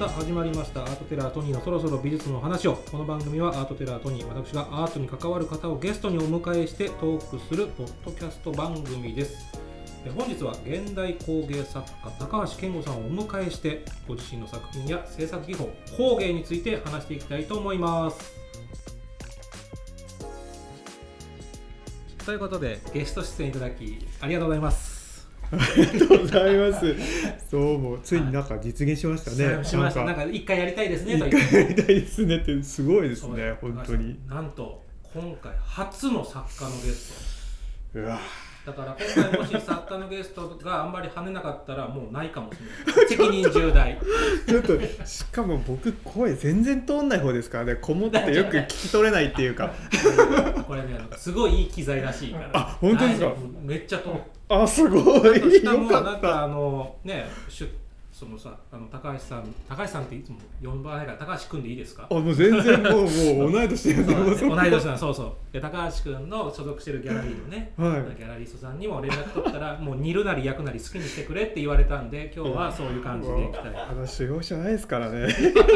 さあ始まりましたアートテラートニーのそろそろ美術の話を。この番組はアートテラートニー、私がアートに関わる方をゲストにお迎えしてトークするポッドキャスト番組です。本日は現代工芸作家高橋健吾さんをお迎えしてご自身の作品や制作技法、工芸について話していきたいと思います。ということでゲスト出演いただきありがとうございます。 ありがとうございます。そうもうついになんか実現しましたね。 しました。なんか一回やりたいですねと一回やりたいですねってすごいですね本当に。 なんと今回初の作家のゲスト。 うわ。 だから今回もし作家のゲストがあんまり跳ねなかったらもうないかもしれない。責任重大。 ちょっとしかも僕声全然通んない方ですからね。こもってよく聞き取れないっていうか。 これねすごいいい機材らしいから。 あ本当ですか。 めっちゃ通る。 あすごい。 しかもなんかねそのさ高橋さんっていつも呼ばないから高橋くんでいいですか？ あもう全然もう同い年で同い年なんそうそう。で高橋くんの所属してるギャラリーのね、はい、ギャラリストさんにも連絡取ったらもう煮るなり焼くなり好きにしてくれって言われたんで今日はそういう感じでいきたい。 修行じゃないですからね。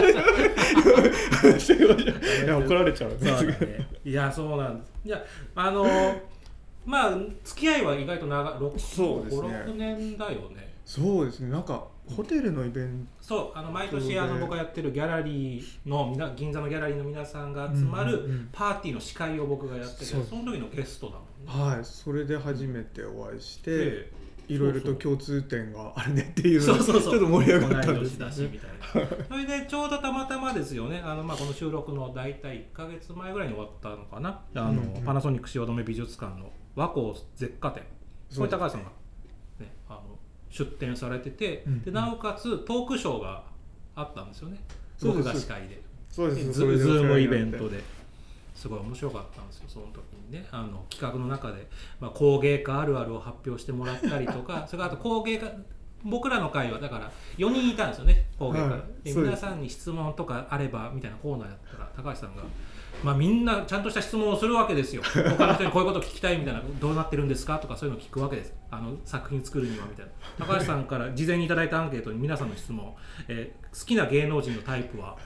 修行じゃいや怒られちゃう。 そうだね。いやそうなんです。いやまあ付き合いは意外と長い5、6年だよね。 そうですね。なんかホテルのイベントそう毎年僕がやってるギャラリーの銀座のギャラリーの皆さんが集まるパーティーの司会を僕がやってて、その時のゲストだもんね。 はい、それで初めてお会いして、いろいろと共通点があるねっていうのでちょっと盛り上がったんですね。 それでちょうどたまたまですよね。この収録の大体1ヶ月前ぐらいに終わったのかな。パナソニック汐留美術館の和光絶華展、これ高橋さんが、ね、出展されてて、でなおかつトークショーがあったんですよね。僕が司会で、 そうです。 ズームイベントですごい面白かったんですよ。その時にね企画の中で、工芸家あるあるを発表してもらったりとかそれからあと工芸家僕らの会はだから4人いたんですよね、工芸家、はい、で皆さんに質問とかあればみたいなコーナーやったら高橋さんがみんなちゃんとした質問をするわけですよ。他の人にこういうこと聞きたいみたいな、どうなってるんですかとかそういうのを聞くわけです。作品作るにはみたいな。高橋さんから事前にいただいたアンケートに皆さんの質問、好きな芸能人のタイプは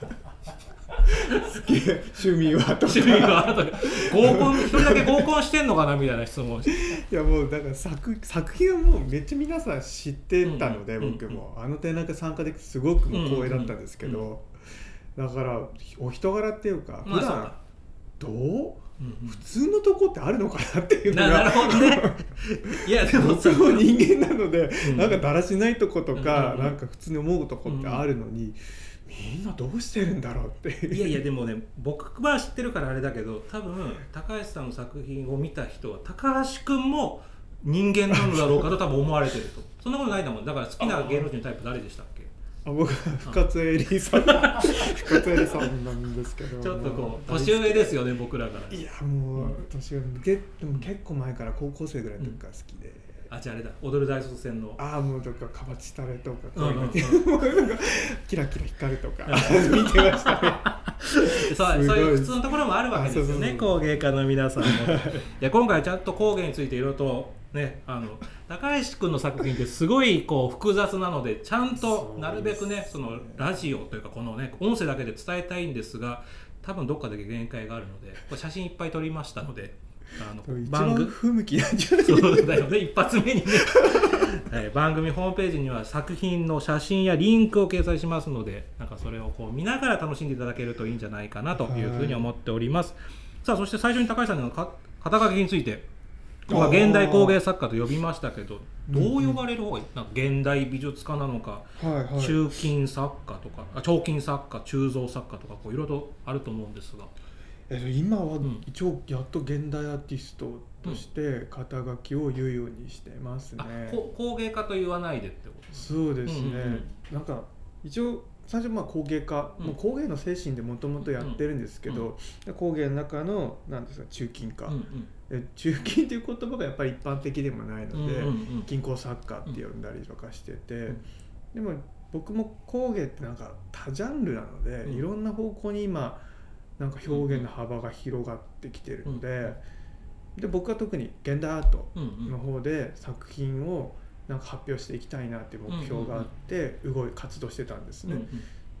趣味はとか合コン一人だけ合コンしてんのかなみたいな質問。いやもうだから作品はもうめっちゃ皆さん知ってたので、僕も展覧会参加ですごくもう光栄だったんですけど、だからお人柄っていうか普段普通のとこってあるのかなっていうのがなるほどね。いやでも僕も人間なので、なんかだらしないとことか、なんか普通に思うとこってあるのに、みんなどうしてるんだろうっていやでもね、僕は知ってるからあれだけど、多分高橋さんの作品を見た人は高橋くんも人間なのだろうかと多分思われてると。そんなことないんだもん。だから好きな芸能人のタイプ誰でしたっけ？ 僕は深津絵里さん深津絵里さんなんですけど、 ちょっとこう年上ですよね僕らから。 いやもう年上でも結構前から高校生ぐらいの時から好きで、 じゃああれだ、踊る大卒戦のもうとかカバチタレとかキラキラ光るとか見てましたね。 そういう普通のところもあるわけですよね、工芸家の皆さんも。いや今回ちゃんと工芸についていろいろとね、高橋くんの作品ってすごいこう複雑なので、ちゃんとなるべくねそのラジオというかこのね音声だけで伝えたいんですが、多分どっかで限界があるので、これ写真いっぱい撮りましたので、 一番不向きなんじゃないですか。 そうだよね、一発目にね番組ホームページには作品の写真やリンクを掲載しますので、なんかそれをこう見ながら楽しんでいただけるといいんじゃないかなというふうに思っております。さあそして最初に高橋さんの肩書きについて、現代工芸作家と呼びましたけど、どう呼ばれる方がいい？なんか現代美術家なのか、中近作家とか彫金作家、鋳造作家とかいろいろとあると思うんですが、 今は一応やっと現代アーティストとして肩書きを言うようにしてますね。 工芸家と言わないでってこと？ そうですね、なんか一応最初工芸家、もう工芸の精神でもともとやってるんですけど、工芸の中の何ですか中近家、中近っていう言葉がやっぱり一般的でもないので、近郊作家って呼んだりとかしてて、でも僕も工芸ってなんか多ジャンルなので、いろんな方向に今なんか表現の幅が広がってきてるので、で僕は特に現代アートの方で作品をなんか発表していきたいなっていう目標があって活動してたんですね。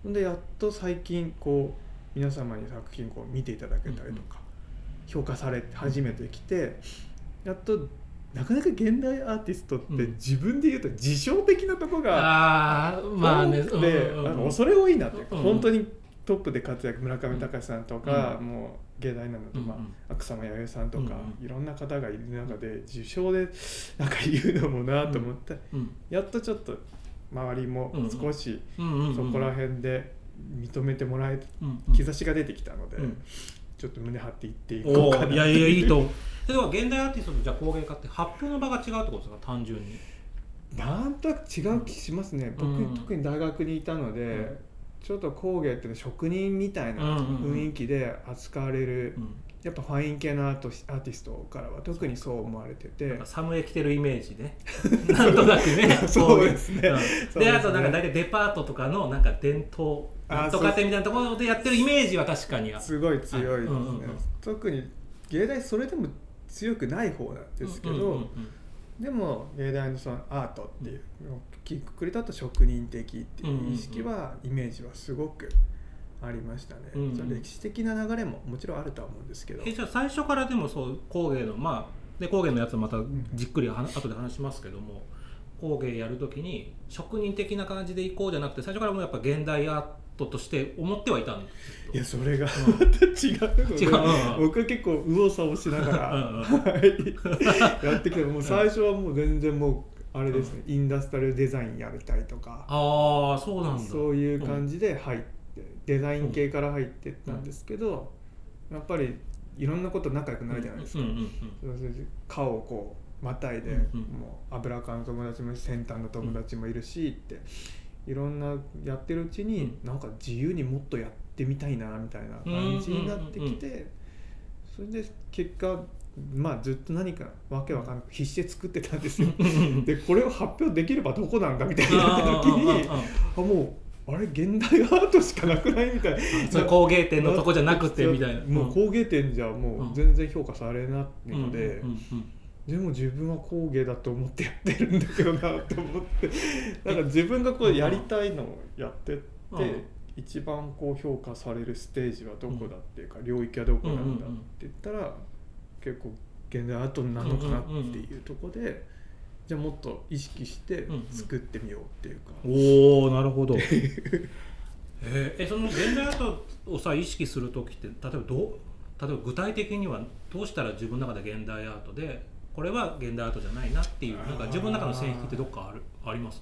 でやっと最近こう皆様に作品こう見ていただけたりとか、評価され始めてきて、やっとなかなか現代アーティストって自分で言うと自称的なとこが多くて、恐れ多いなっていうか、本当にトップで活躍、村上隆さんとか、もう芸大なので、草間彌生さんとか、いろんな方がいる中で自称でなんか言うのもなと思って、やっとちょっと周りも少しそこら辺で認めてもらえる兆しが出てきたので、ちょっと胸張っていっていこうかな。 いやいやいいと思う。では現代アーティストとじゃあ工芸家って発表の場が違うってことですか、単純に。 なんとなく違う気しますね。僕、特に大学にいたので、ちょっと工芸っていうのは職人みたいな雰囲気で扱われる、やっぱファイン系のアーティストからは特にそう思われてて、 サムエ着てるイメージねなんとなくねそうですね、 であとなんか大体デパートとかのなんか伝統とかってみたいなところでやってるイメージは確かにすごい強いですね。特に芸大それでも強くない方なんですけど、でも芸大のそのアートっていうのをくくりだと職人的っていう意識は、イメージはすごくありましたね。歴史的な流れももちろんあるとは思うんですけど、 じゃあ最初からでもそう工芸ので工芸のやつはまたじっくり後で話しますけども、工芸やるときに職人的な感じでいこうじゃなくて、最初からもうやっぱ現代アートとして思ってはいたんです。 いや、それがまた違うので、僕は結構右往左往しながらやってきて、もう最初はもう全然もうあれですね、インダストリアルデザインやりたいとか、 そうなんだ、 そういう感じで入って、デザイン系から入ってったんですけど、やっぱりいろんなこと仲良くなるじゃないですか。顔をこうまたいで、もう油科の友達も先端の友達もいるしって、いろんなやってるうちに、なんか自由にもっとやってみたいなみたいな感じになってきて、それで結果ずっと何かわけわかんなく必死で作ってたんですよでこれを発表できればどこなんだみたいになった時に、もうあれ現代アートしかなくないみたいな、 工芸店のとこじゃなくてみたいな、 もう工芸店じゃもう全然評価されないので、でも自分は工芸だと思ってやってるんだけどなと思ってなんか自分がこうやりたいのをやってって、一番こう評価されるステージはどこだっていうか、領域はどこなんだって言ったら、結構現代アートなのかなっていうところで、じゃあもっと意識して作ってみようっていうか、 おー、なるほどその現代アートをさ意識するときって、例えば具体的にはどうしたら自分の中で現代アートで、これは現代アートじゃないなっていう、なんか自分の中の線引きってどっかあります？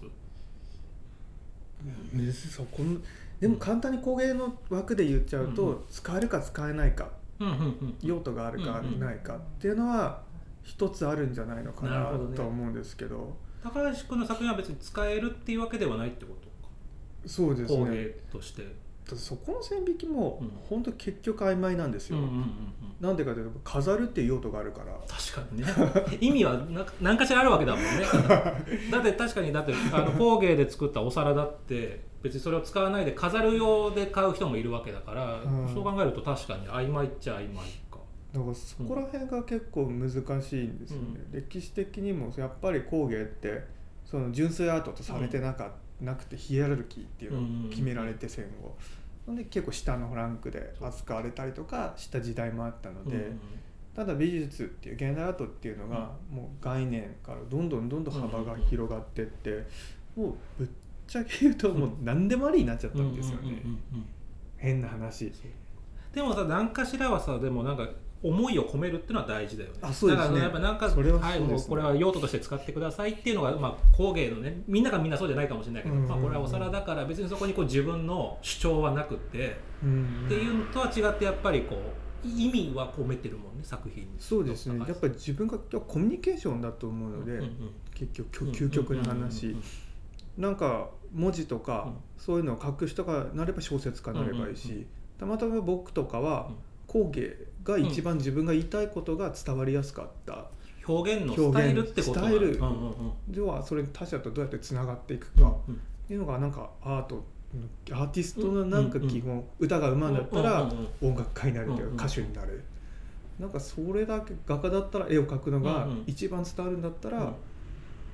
でも簡単に工芸の枠で言っちゃうと、使えるか使えないか、用途があるかないかっていうのは一つあるんじゃないのかなと思うんですけど、 高橋君の作品は別に使えるっていうわけではないってことか。 そうですね、 工芸としてそこの線引きも本当結局曖昧なんですよ。なんでかというと、飾るっていう用途があるから。 確かにね意味は何かしらあるわけだもんねだって確かに工芸で作ったお皿だって別にそれを使わないで飾る用で買う人もいるわけだから、そう考えると確かに曖昧っちゃ曖昧か。 だからそこら辺が結構難しいんですよね。歴史的にもやっぱり工芸ってその純粋アートとされてなくて、ヒエラルキーっていうのを決められて、戦後で結構下のランクで扱われたりとかした時代もあったので、ただ美術っていう現代アートっていうのがもう概念からどんどん幅が広がってって、もうぶっちゃけ言うともう何でもありになっちゃったんですよね。変な話。 でもさ、何かしらはさ、でもなんか思いを込めるっていうのは大事だよね。 そうですね。 だからやっぱなんかそれはそうですね、 もうこれは用途として使ってくださいっていうのが、工芸のね、みんながみんなそうじゃないかもしれないけど、これはお皿だから別にそこにこう自分の主張はなくて、っていうのとは違って、やっぱりこう意味は込めてるもんね、作品に。 そうですね。やっぱり自分がコミュニケーションだと思うので、結局究極の話、なんか文字とかそういうのを書く人がなれば小説家になればいいし、たまたま僕とかは工芸が一番自分が言いたいことが伝わりやすかった、 表現のスタイルってことスタイルでは、それ他者とどうやってつながっていくかっていうのが、なんかアーティストのなんか基本、歌がうまいんだったら音楽家になるというか歌手になる、なんかそれだけ、画家だったら絵を描くのが一番伝わるんだったら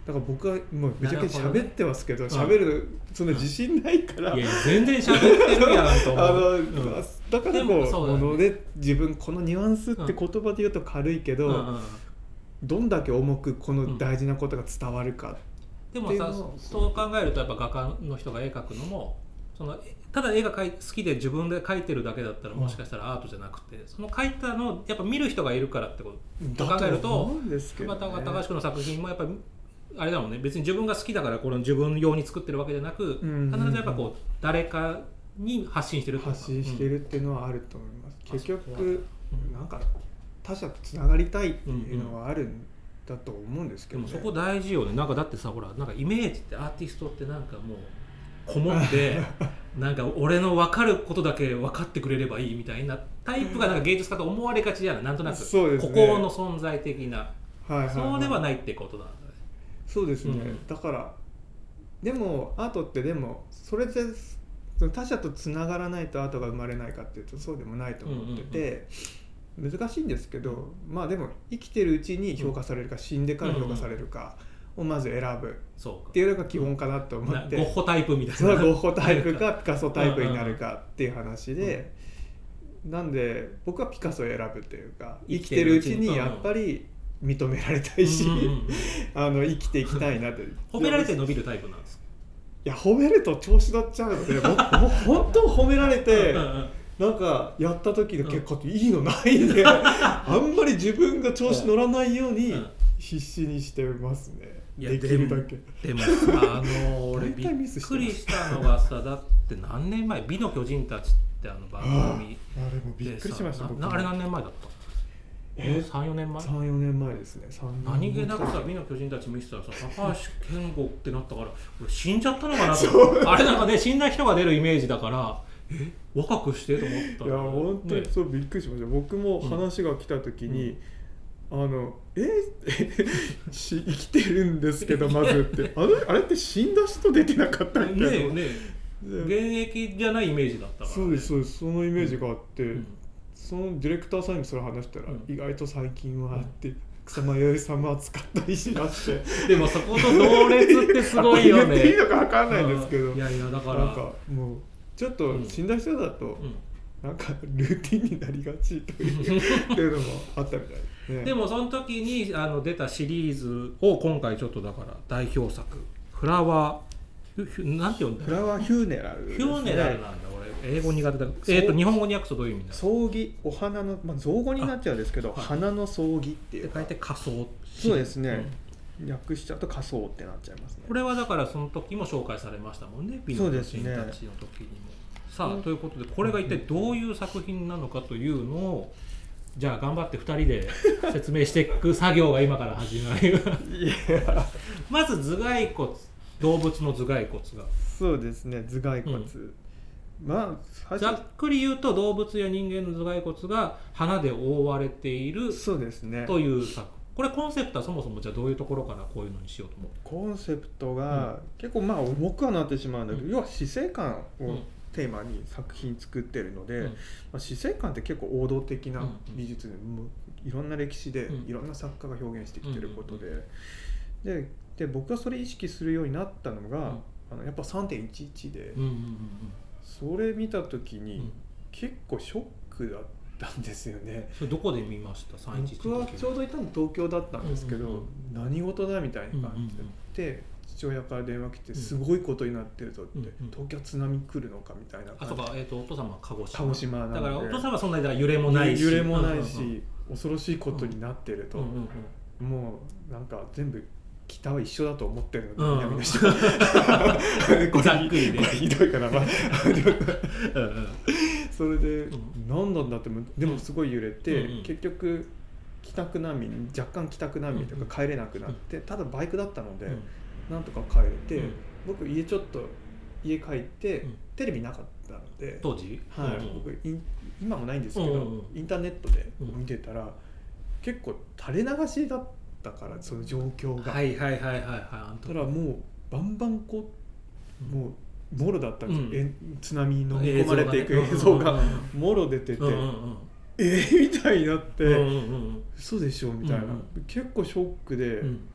だから僕はもうめちゃくちゃ喋ってますけど、喋るそんな自信ないから、 いや全然喋ってるやんと思うだからもので自分このニュアンスって言葉で言うと軽いけど、どんだけ重くこの大事なことが伝わるかっていうのを、 でもさそう考えるとやっぱ画家の人が絵描くのもただ絵が好きで自分で描いてるだけだったらもしかしたらアートじゃなくて、その描いたのをやっぱ見る人がいるからってこと考えると、高橋君の作品もやっぱりあれだもんね、別に自分が好きだからこれ自分用に作ってるわけじゃなく、必ずやっぱこう誰かに発信してるっていうのはあると思います。結局なんか他者とつながりたいっていうのはあるんだと思うんですけどね。 でもそこ大事よね。なんかだってさ、ほらなんかイメージってアーティストってなんかもうこもってなんか俺の分かることだけ分かってくれればいいみたいなタイプがなんか芸術家と思われがちじゃない、なんとなく、 そうですね、 孤高の存在的な、そうではないってことなんだね。 そうですね、だからでもアートってでもそれで他者とつながらないとアートが生まれないかっていうとそうでもないと思ってて、難しいんですけど、まあでも生きてるうちに評価されるか、死んでから評価されるかをまず選ぶっていうのが基本かなと思って、 ゴッホタイプみたいな、 ゴッホタイプかピカソタイプになるかっていう話で、なんで僕はピカソを選ぶというか、生きてるうちにやっぱり認められたいし、生きていきたいなって。 褒められて伸びるタイプなんですか？ いや、褒めると調子乗っちゃうので、もう本当褒められてなんかやった時の結果っていいのないんで、あんまり自分が調子乗らないように必死にしてますね。できるだけ。 でも俺びっくりしたのがさ、だって何年前、美の巨人たちって番組でさ、あれもびっくりしました。 あれ何年前だった？3、4年前？ 3、4年前ですね。 何気なくさ、美の巨人たち見せたらさ、高橋健吾ってなったから、俺死んじゃったのかなとあれなんかね、死んだ人が出るイメージだから、若くしてと思ったら、 いや本当にそうびっくりしました。僕も話が来た時に、生きてるんですけどまずってあれって死んだ人出てなかったっけね現役じゃないイメージだったから、ね、 そうですそうです、そのイメージがあって、そのディレクターさんにそれ話したら、意外と最近はって草間彌生さんも扱ったりしましてでもそこと同列ってすごいよね。 言っていいのか分かんないんですけど、 いやいやだからなんかもうちょっと死んだ人だと、なんかルーティンになりがちというのもあったみたいですね。 でもその時に出たシリーズを今回ちょっとだから代表作フラワーなんて読んだ？ フラワーヒューネラルですね。 ヒューネラルなんだ。俺英語苦手だ。日本語に訳すとどういう意味だ？ 葬儀、お花の、造語になっちゃうんですけど、花の葬儀っていうか。 書いて仮装。 そうですね。訳しちゃうと仮装ってなっちゃいますね。 これはだからその時も紹介されましたもんね。美の巨人たちの時にも。さあということで、これが一体どういう作品なのかというのを、じゃあ頑張って2人で説明していく作業が今から始まりまず頭蓋骨、動物の頭蓋骨が。 そうですね、頭蓋骨。 ざっくり言うと動物や人間の頭蓋骨が花で覆われているそうですねという作。これコンセプトはそもそもじゃあどういうところからこういうのにしようと思う？ コンセプトが結構重くはなってしまうんだけど、要は死生観をテーマに作品作ってるので、死生観って結構王道的な美術で、いろんな歴史でいろんな作家が表現してきてることで、で僕がそれ意識するようになったのが、やっぱ 3.11 で、それ見た時に結構ショックだったんですよね。 それどこで見ました？ 僕はちょうどいたの東京だったんですけど、何事だみたいな感じで、父親から電話来て、すごいことになってるぞって、東京津波来るのかみたいな感じで。 あ、そうか、お父様は鹿児島なので、 だからお父様はそんなに揺れもないし、 恐ろしいことになってると、もうなんか全部北は一緒だと思ってるので、南の人はざっくりね、 ひどいかな、それで何なんだって、でもすごい揺れて、結局帰宅難民、若干帰宅難民とか帰れなくなって、ただバイクだったのでなんとか帰れて、僕家帰ってテレビなかったので、 当時、 僕今もないんですけど、インターネットで見てたら結構垂れ流しだったから、その状況が。ただもうバンバンもうもろだったんですよ、津波に飲み込まれていく映像がもろ出てて、みたいになって、嘘でしょみたいな、結構ショックで、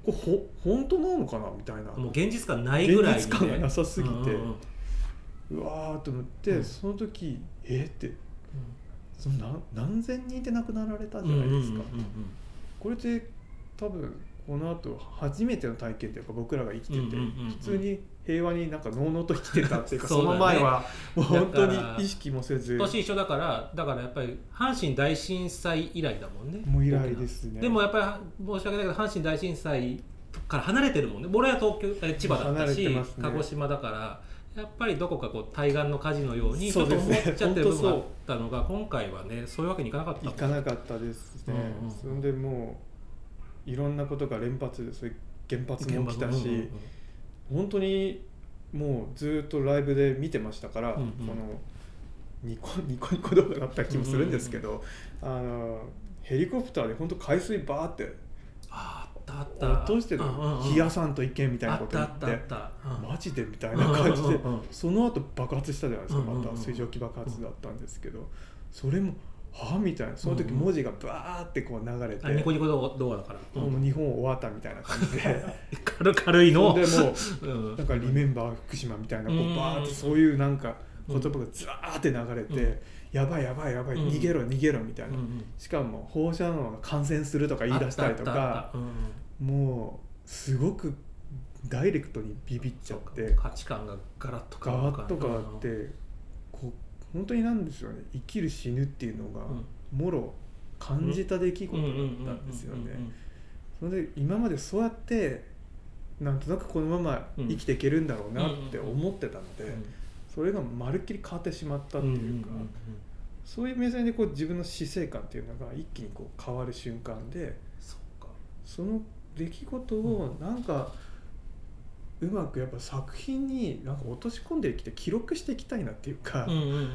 これ本当なのかなみたいな、 もう現実感ないぐらいに、ね、 現実感がなさすぎて、 うん、 うわーと思って、その時って、その何千人って亡くなられたじゃないですか、これって多分この後初めての体験というか、僕らが生きてて、普通に平和になんかのうのうと生きてたっていうかその前はもう本当に意識もせず、 年一緒だからやっぱり阪神大震災以来だもんね。 もう以来ですね。 でもやっぱり申し訳ないけど阪神大震災から離れてるもんね。俺は千葉だったし、ね、鹿児島だからやっぱりどこかこう対岸の火事のようにちょっと思っちゃってる部分があったのが、今回はねそういうわけにいかなかったもんね。 いかなかったですね、それでもういろんなことが連発で、そういう原発も起きたし、本当にもうずっとライブで見てましたから、そのニコニコ動画だった気もするんですけど、ヘリコプターで本当海水バーって落としてる、冷やさんといけんみたいなこと言って、マジでみたいな感じで、その後爆発したじゃないですか、また水蒸気爆発だったんですけど、それもみたいな、その時文字がバーってこう流れて、 ニコニコ動画だから、 もう日本終わったみたいな感じで軽いのでもなんかリメンバー福島みたいなこうバーってそういうなんか言葉がザーって流れて、やばい逃げろみたいな、しかも放射能が感染するとか言い出したりとか、もうすごくダイレクトにビビっちゃって、 価値観がガラッと変わってこう本当になんですよね、生きる死ぬっていうのがもろ感じた出来事だったんですよね。それで今までそうやってなんとなくこのまま生きていけるんだろうなって思ってたので、それがまるっきり変わってしまったっていうか、そういう目線でこう自分の死生観っていうのが一気にこう変わる瞬間で、その出来事をなんかうまくやっぱ作品になんか落とし込んできて記録していきたいなっていうか、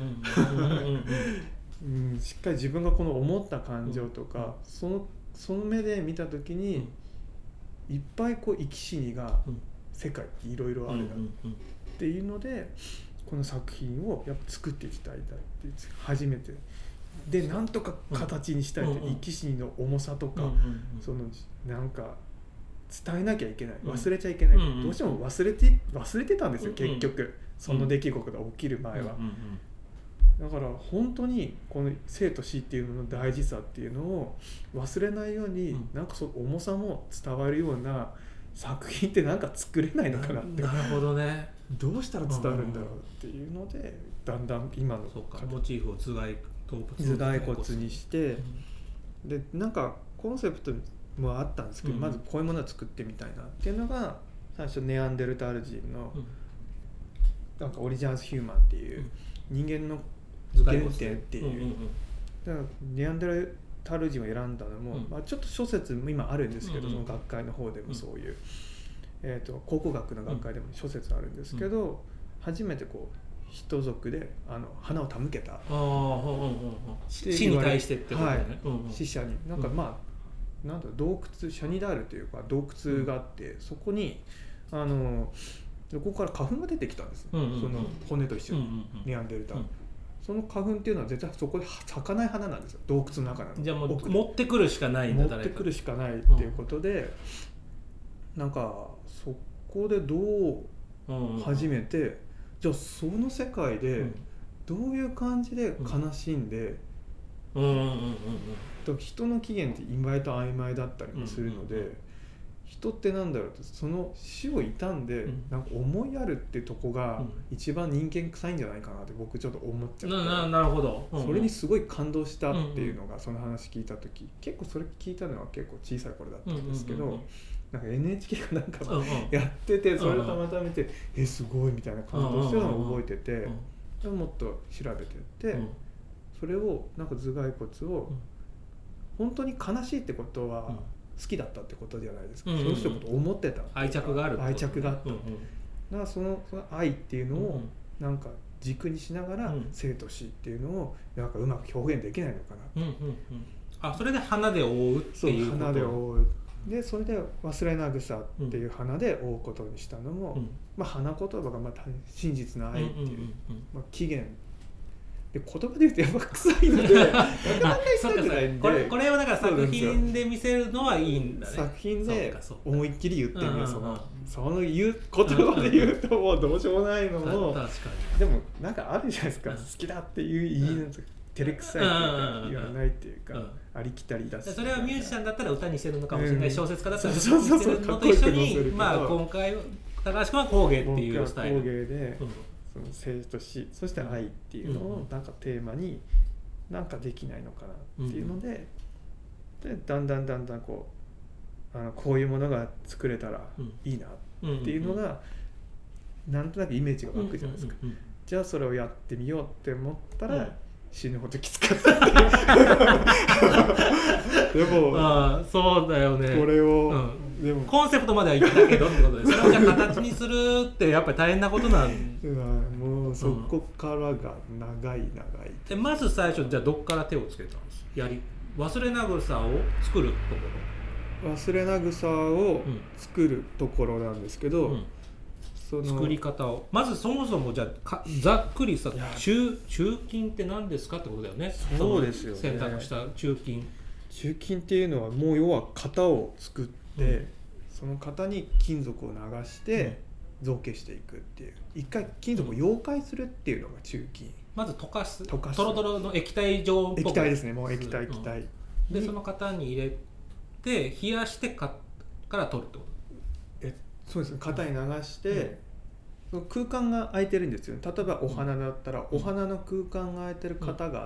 しっかり自分がこの思った感情とか、その目で見た時に、いっぱいこう生き死にが世界っていろいろあるなっていうので、この作品をやっぱ作っていきたいだって初めてで、なんとか形にしたいって、生き死にの重さとか、そのなんか伝えなきゃいけない、忘れちゃいけない、どうしても忘れてたんですよ、結局その出来事が起きる前は。だから本当にこの生と死っていうのの大事さっていうのを忘れないように、なんかその重さも伝わるような作品ってなんか作れないのかなって。 なるほどね。 どうしたら伝わるんだろうっていうので、だんだん今のモチーフを頭蓋骨にして、でなんかコンセプトもあったんですけど、まずこういうものを作ってみたいなっていうのが最初ネアンデルタール人のなんかオリジナルズ・ヒューマンっていう人間の原点っていう、だからネアンデルタール人を選んだのも、ちょっと諸説も今あるんですけど、その学会の方でもそういう、考古学の学会でも諸説あるんですけど、初めてこう人族で花を手向けた、 死に対してってことね、 死者になんかなんだ洞窟シャニダールというか洞窟があって、そこにそこから花粉が出てきたんです、その骨と一緒に、ネアンデルタール、その花粉っていうのは絶対そこで咲かない花なんですよ、洞窟の中なの。 じゃあもう持ってくるしかないんだ、 持ってくるしかないっていうことで、なんかそこでどう初めて、じゃあその世界でどういう感じで悲しんで、人の起源って意外と曖昧だったりもするので、人ってなんだろうって、その死を悼んでなんか思いやるってとこが一番人間臭いんじゃないかなって僕ちょっと思っちゃって、 なるほど、 それにすごい感動したっていうのが、その話聞いた時、結構それ聞いたのは結構小さい頃だったんですけど、なんか NHK がなんかやってて、それたまたま見て、すごいみたいな感動してたのを覚えてて、でもっと調べてって、それをなんか頭蓋骨を本当に悲しいってことは好きだったってことじゃないですか、その人のことを思ってた、 愛着がある、 愛着があった、だからその愛っていうのをなんか軸にしながら、生と死っていうのをなんかうまく表現できないのかな、 それで花で覆うっていうこと。 花で覆うで、それで忘れなぐさっていう花で覆うことにしたのも、花言葉がまた真実の愛っていう、起源で、言葉で言うとやっぱ臭いのでなかなか言いたくないないんでこれをだから作品で見せるのはいいんだね。 作品で思いっきり言ってみる、その言う言葉で言うともうどうしようもないのも確かにでもなんかあるじゃないですか、好きだっていう言いなん照れくさいっていうか言わないっていうか、ありきたり出す。 それはミュージシャンだったら歌にしてるのかもしれない、小説家だったら歌そうにしてるのと一緒に、まあ今回高橋君は工芸っていうスタイル。 工芸で、その生と死、そして愛っていうのをなんかテーマになんかできないのかなっていうので、でだんだんこういうものが作れたらいいなっていうのがなんとなくイメージが湧くじゃないですか。じゃあそれをやってみようって思ったら、死ぬほどきつかったってでもそうだよね、 これを、でもコンセプトまでは言ったけどってことで、それをじゃあ形にするってやっぱり大変なことなんもうそこからが長いで、まず最初じゃあどっから手をつけたんです？忘れなぐさを作るところ、忘れなぐさを作るところなんですけど、その作り方をまずそもそもじゃあざっくりさ、中金って何ですかってことだよね。 そうですよね。 選択した中金っていうのはもう要は型を作って、その型に金属を流して造形していくっていう、一回金属を溶解するっていうのが中金。 まず溶かすトロトロの液体状っぽく、 液体ですね、もう液体、 でその型に入れて冷やしてから取るってこと？ そうですね、型に流して、その空間が空いてるんですよ。例えばお花だったら、お花の空間が空いてる型があって、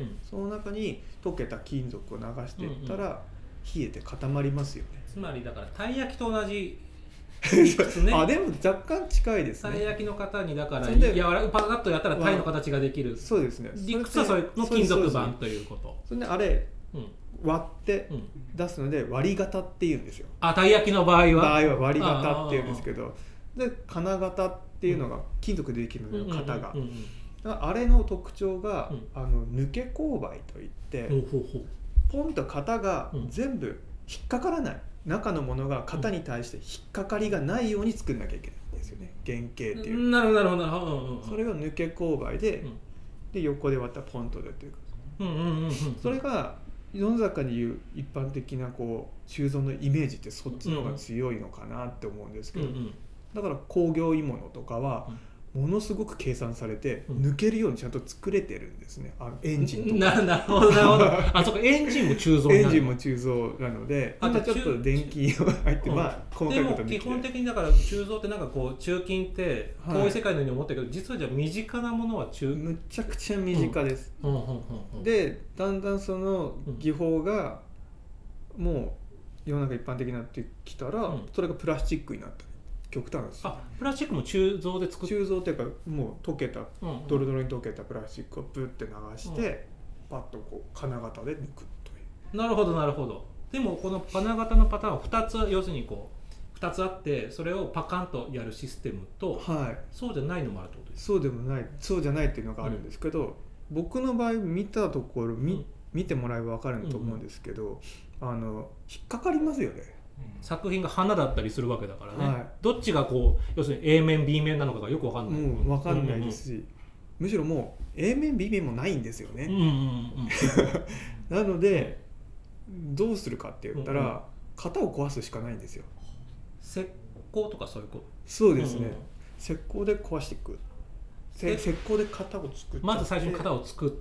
その中に溶けた金属を流していったら、冷えて固まりますよね。 つまりだからたい焼きと同じ理屈ね。 でも若干近いですね。 たい焼きの型にだからパカッとやったらたいの形ができる。 そうですね。 理屈はそれの金属板ということ。 それであれ、割って出すので割り型っていうんですよ。 たい焼きの場合は割り型っていうんですけど、で金型っていうのが金属でできるのよ、型が。あれの特徴が抜け勾配といって、ポンと型が全部引っかからない、中のものが型に対して引っかかりがないように作んなきゃいけないんですよね、原型っていう。 なるほど。 それが抜け勾配で、横で割ったらポンと出てくる。それが世の中に言う一般的な鋳造のイメージってそっちの方が強いのかなって思うんですけど、だから工業鋳物とかはものすごく計算されて抜けるようにちゃんと作れてるんですね、エンジンとか。 なるほどそこエンジンも鋳造エンジンも鋳造なので、ちょっと電気が入って、細かいことでも基本的にだから鋳造ってなんか中金って遠い世界のように思ったけど、実はじゃあ身近なものはむちゃくちゃ身近です。でだんだんその技法がもう世の中一般的になってきたら、それがプラスチックになった。極端です。 プラスチックも鋳造で作って鋳造っていうか、もう溶けた、ドロドロに溶けたプラスチックをブッて流して、パッと金型で抜くという。 なるほど。でもこの金型のパターンは2つ、要するに2つあって、それをパカンとやるシステムと、そうじゃないのもあるってことですか？ そうじゃないっていうのがあるんですけど、僕の場合見たところ、見てもらえば分かると思うんですけど、引っかかりますよね。 作品が花だったりするわけだからね、どっちが要するに A 面 B 面なのかがよく分かんない。 もう分かんないですし、むしろもう A 面 B 面もないんですよね。なのでどうするかって言ったら、型を壊すしかないんですよ。 石膏とかそういうこと？ そうですね、石膏で壊していく。石膏で型を作って、 まず最初に型を作って、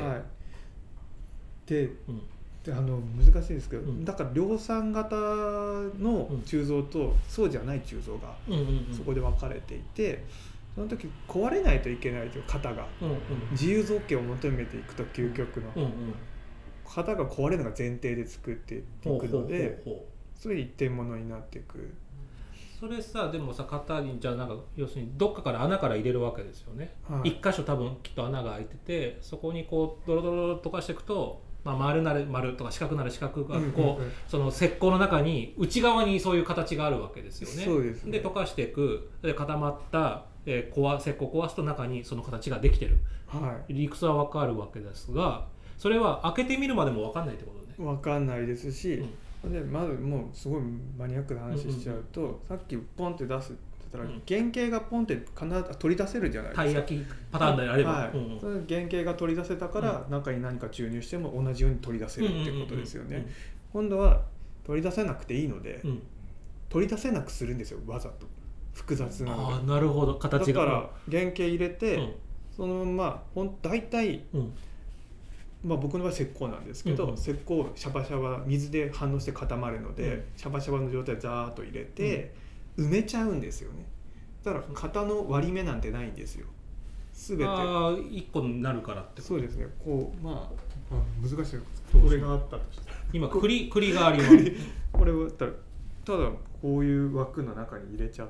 で難しいですけど、だから量産型の鋳造とそうじゃない鋳造がそこで分かれていて、その時壊れないといけないという型が、自由造形を求めていくと究極の型が壊れるのが前提で作っていくので、それ一点物になっていく。 それさ、でもさ、型にじゃあなんか要するにどっかから穴から入れるわけですよね。一箇所多分きっと穴が開いてて、そこにドロドロとかしていくと、丸なる丸とか四角なる四角がその石膏の中に内側にそういう形があるわけですよね。 そうですね。 で溶かしていく、で固まった石膏を壊すと中にその形ができてる、理屈は分かるわけですが、それは開けてみるまでも分かんないってことね。 分かんないですし、でまずもうすごいマニアックな話しちゃうと、さっきポンって出すったら、原型がポンって必ず取り出せるじゃないですか。 たい焼きパターンであれば、 はい、その原型が取り出せたから、中に何か注入しても同じように取り出せるっていうことですよね。今度は取り出せなくていいので、取り出せなくするんですよ、わざと。複雑なので。 なるほど、形が。 だから原型入れて、そのまま大体、僕の場合石膏なんですけど、石膏シャバシャバ水で反応して固まるので、シャバシャバの状態でザーッと入れて、埋めちゃうんですよね。だから型の割り目なんてないんですよ。すべて 1個になるからって。 そうですね。難しい。これがあったとして、 今栗があります。 これはただこういう枠の中に入れちゃって、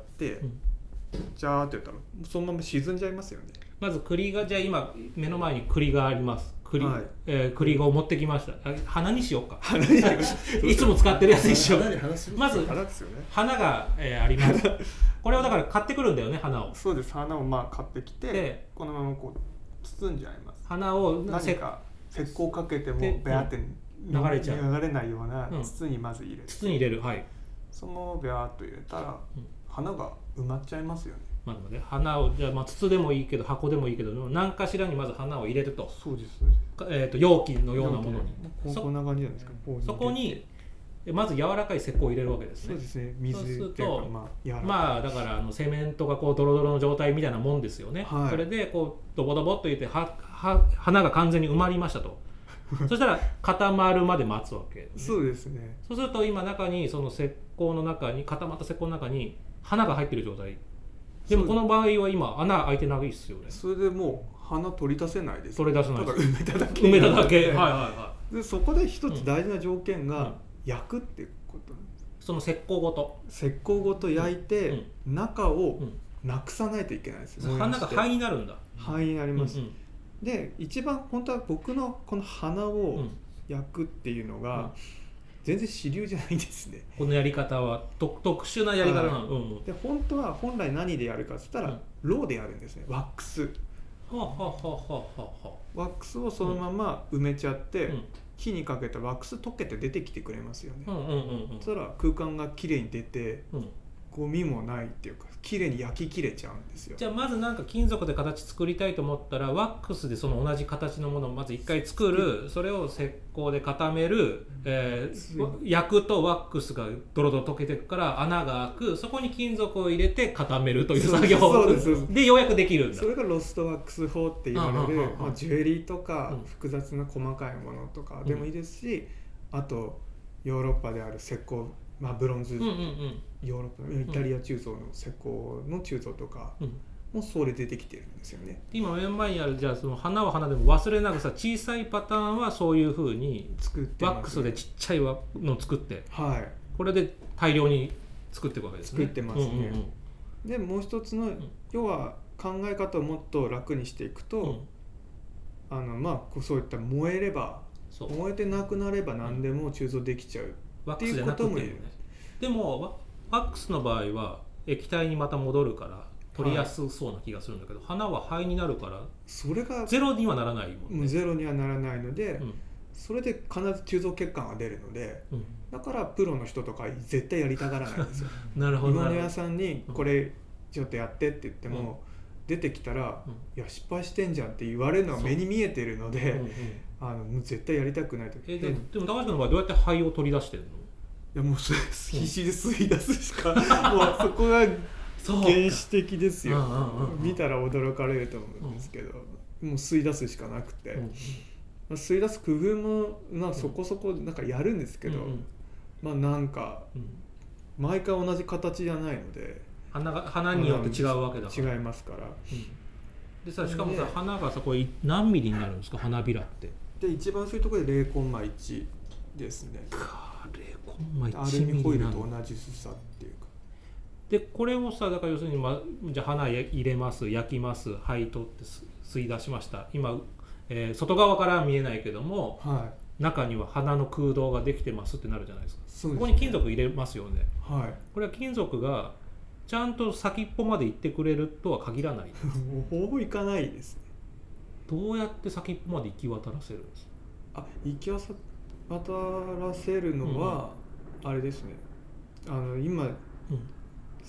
ジャーってやったらそのまま沈んじゃいますよね。 まず栗が、じゃあ今目の前に栗があります。栗を持ってきました。花にしようか。いつも使ってるやつにしよう。まず花があります。これをだから買ってくるんだよね、花を。 そうです。花を買ってきて、このままこう包んじゃいます。 花を何か石膏かけてもベアって流れないような筒にまず入れる。 筒に入れる。はい。 そのベアっと入れたら、花が埋まっちゃいますよね。 花をじゃあ筒でもいいけど箱でもいいけど何かしらにまず花を入れると。 そうです。 容器のようなものに。 こんな感じなんですか。 そこにまず柔らかい石膏を入れるわけですね。 そうですね。水っていうかだからセメントがこうドロドロの状態みたいなもんですよね。それでこうドボドボっと入れて花が完全に埋まりましたと。そしたら固まるまで待つわけですね。 そうですね。 そうすると今中にその石膏の中に固まった石膏の中に花が入ってる状態。でもこの場合は今穴開いてないですよね。 それでもう花取り出せないです。 取り出せないです。 ただ埋めただけ。 埋めただけ。はいはいはい。 でそこで一つ大事な条件が焼くっていうことなんです。 その石膏ごと。 石膏ごと焼いて中をなくさないといけないですよ。 花が灰になるんだ。 灰になります。で一番本当は僕のこの花を焼くっていうのが全然主流じゃないんですね。 このやり方は特殊なやり方なの。 で本当は本来何でやるかっつったらロウでやるんですね。ワックス。ワックスをそのまま埋めちゃって、火にかけたワックス溶けて出てきてくれますよね。そしたら空間がきれいに出て、ゴミもないっていうかきれいに焼き切れちゃうんですよ。 じゃあまずなんか金属で形作りたいと思ったらワックスでその同じ形のものをまず一回作る、それを石膏で固める、焼くとワックスがドロドロ溶けていくから穴が開く、そこに金属を入れて固めるという作業でようやくできるんだ。 それがロストワックス法って言われる、ジュエリーとか複雑な細かいものとかでもいいですし、あとヨーロッパである石膏、ブロンズ、ヨーロッパイタリア鋳造の石膏の鋳造とかもそれ出てきてるんですよね。 今目の前にあるじゃあその花は花でも忘れなくさ小さいパターンはそういう風に作ってワックスでちっちゃいのを作って、これで大量に作っていくわけですね。 作ってますね。でもう一つの要は考え方をもっと楽にしていくと、そういった燃えれば燃えてなくなれば何でも鋳造できちゃうっていうことも言える。 でもワックスの場合は液体にまた戻るから取りやすそうな気がするんだけど、花は灰になるからそれがゼロにはならないもんね。 ゼロにはならないので、それで必ず鋳造欠陥が出るので、だからプロの人とか絶対やりたがらないんですよ。 なるほど。 鋳物屋さんにこれちょっとやってって言っても、出てきたら、いや失敗してんじゃんって言われるのが目に見えてるので、絶対やりたくないと。 でも高橋君の場合どうやって灰を取り出してるの？ いやもう必死で吸い出すしか、もうそこが原始的ですよ。見たら驚かれると思うんですけど、もう吸い出すしかなくて、吸い出す工夫もそこそこなんかやるんですけど、なんか毎回同じ形じゃないので、 花によって違うわけだから。 違いますから。 でさ、しかもさ、花がそこ何ミリになるんですか、花びらって。 で一番そういうところで0コンマ1ですね。アルミホイルと同じ薄さっていうか。 でこれをさ、だから要するに、じゃあ花入れます、焼きます、灰取って吸い出しました。今、外側からは見えないけども、中には花の空洞ができてますってなるじゃないですか。そこに金属入れますよね。これは金属がちゃんと先っぽまで行ってくれるとは限らない。 ほぼいかないですね。 どうやって先っぽまで行き渡らせるんですか？ 行き渡らせるのは、あれですね。今、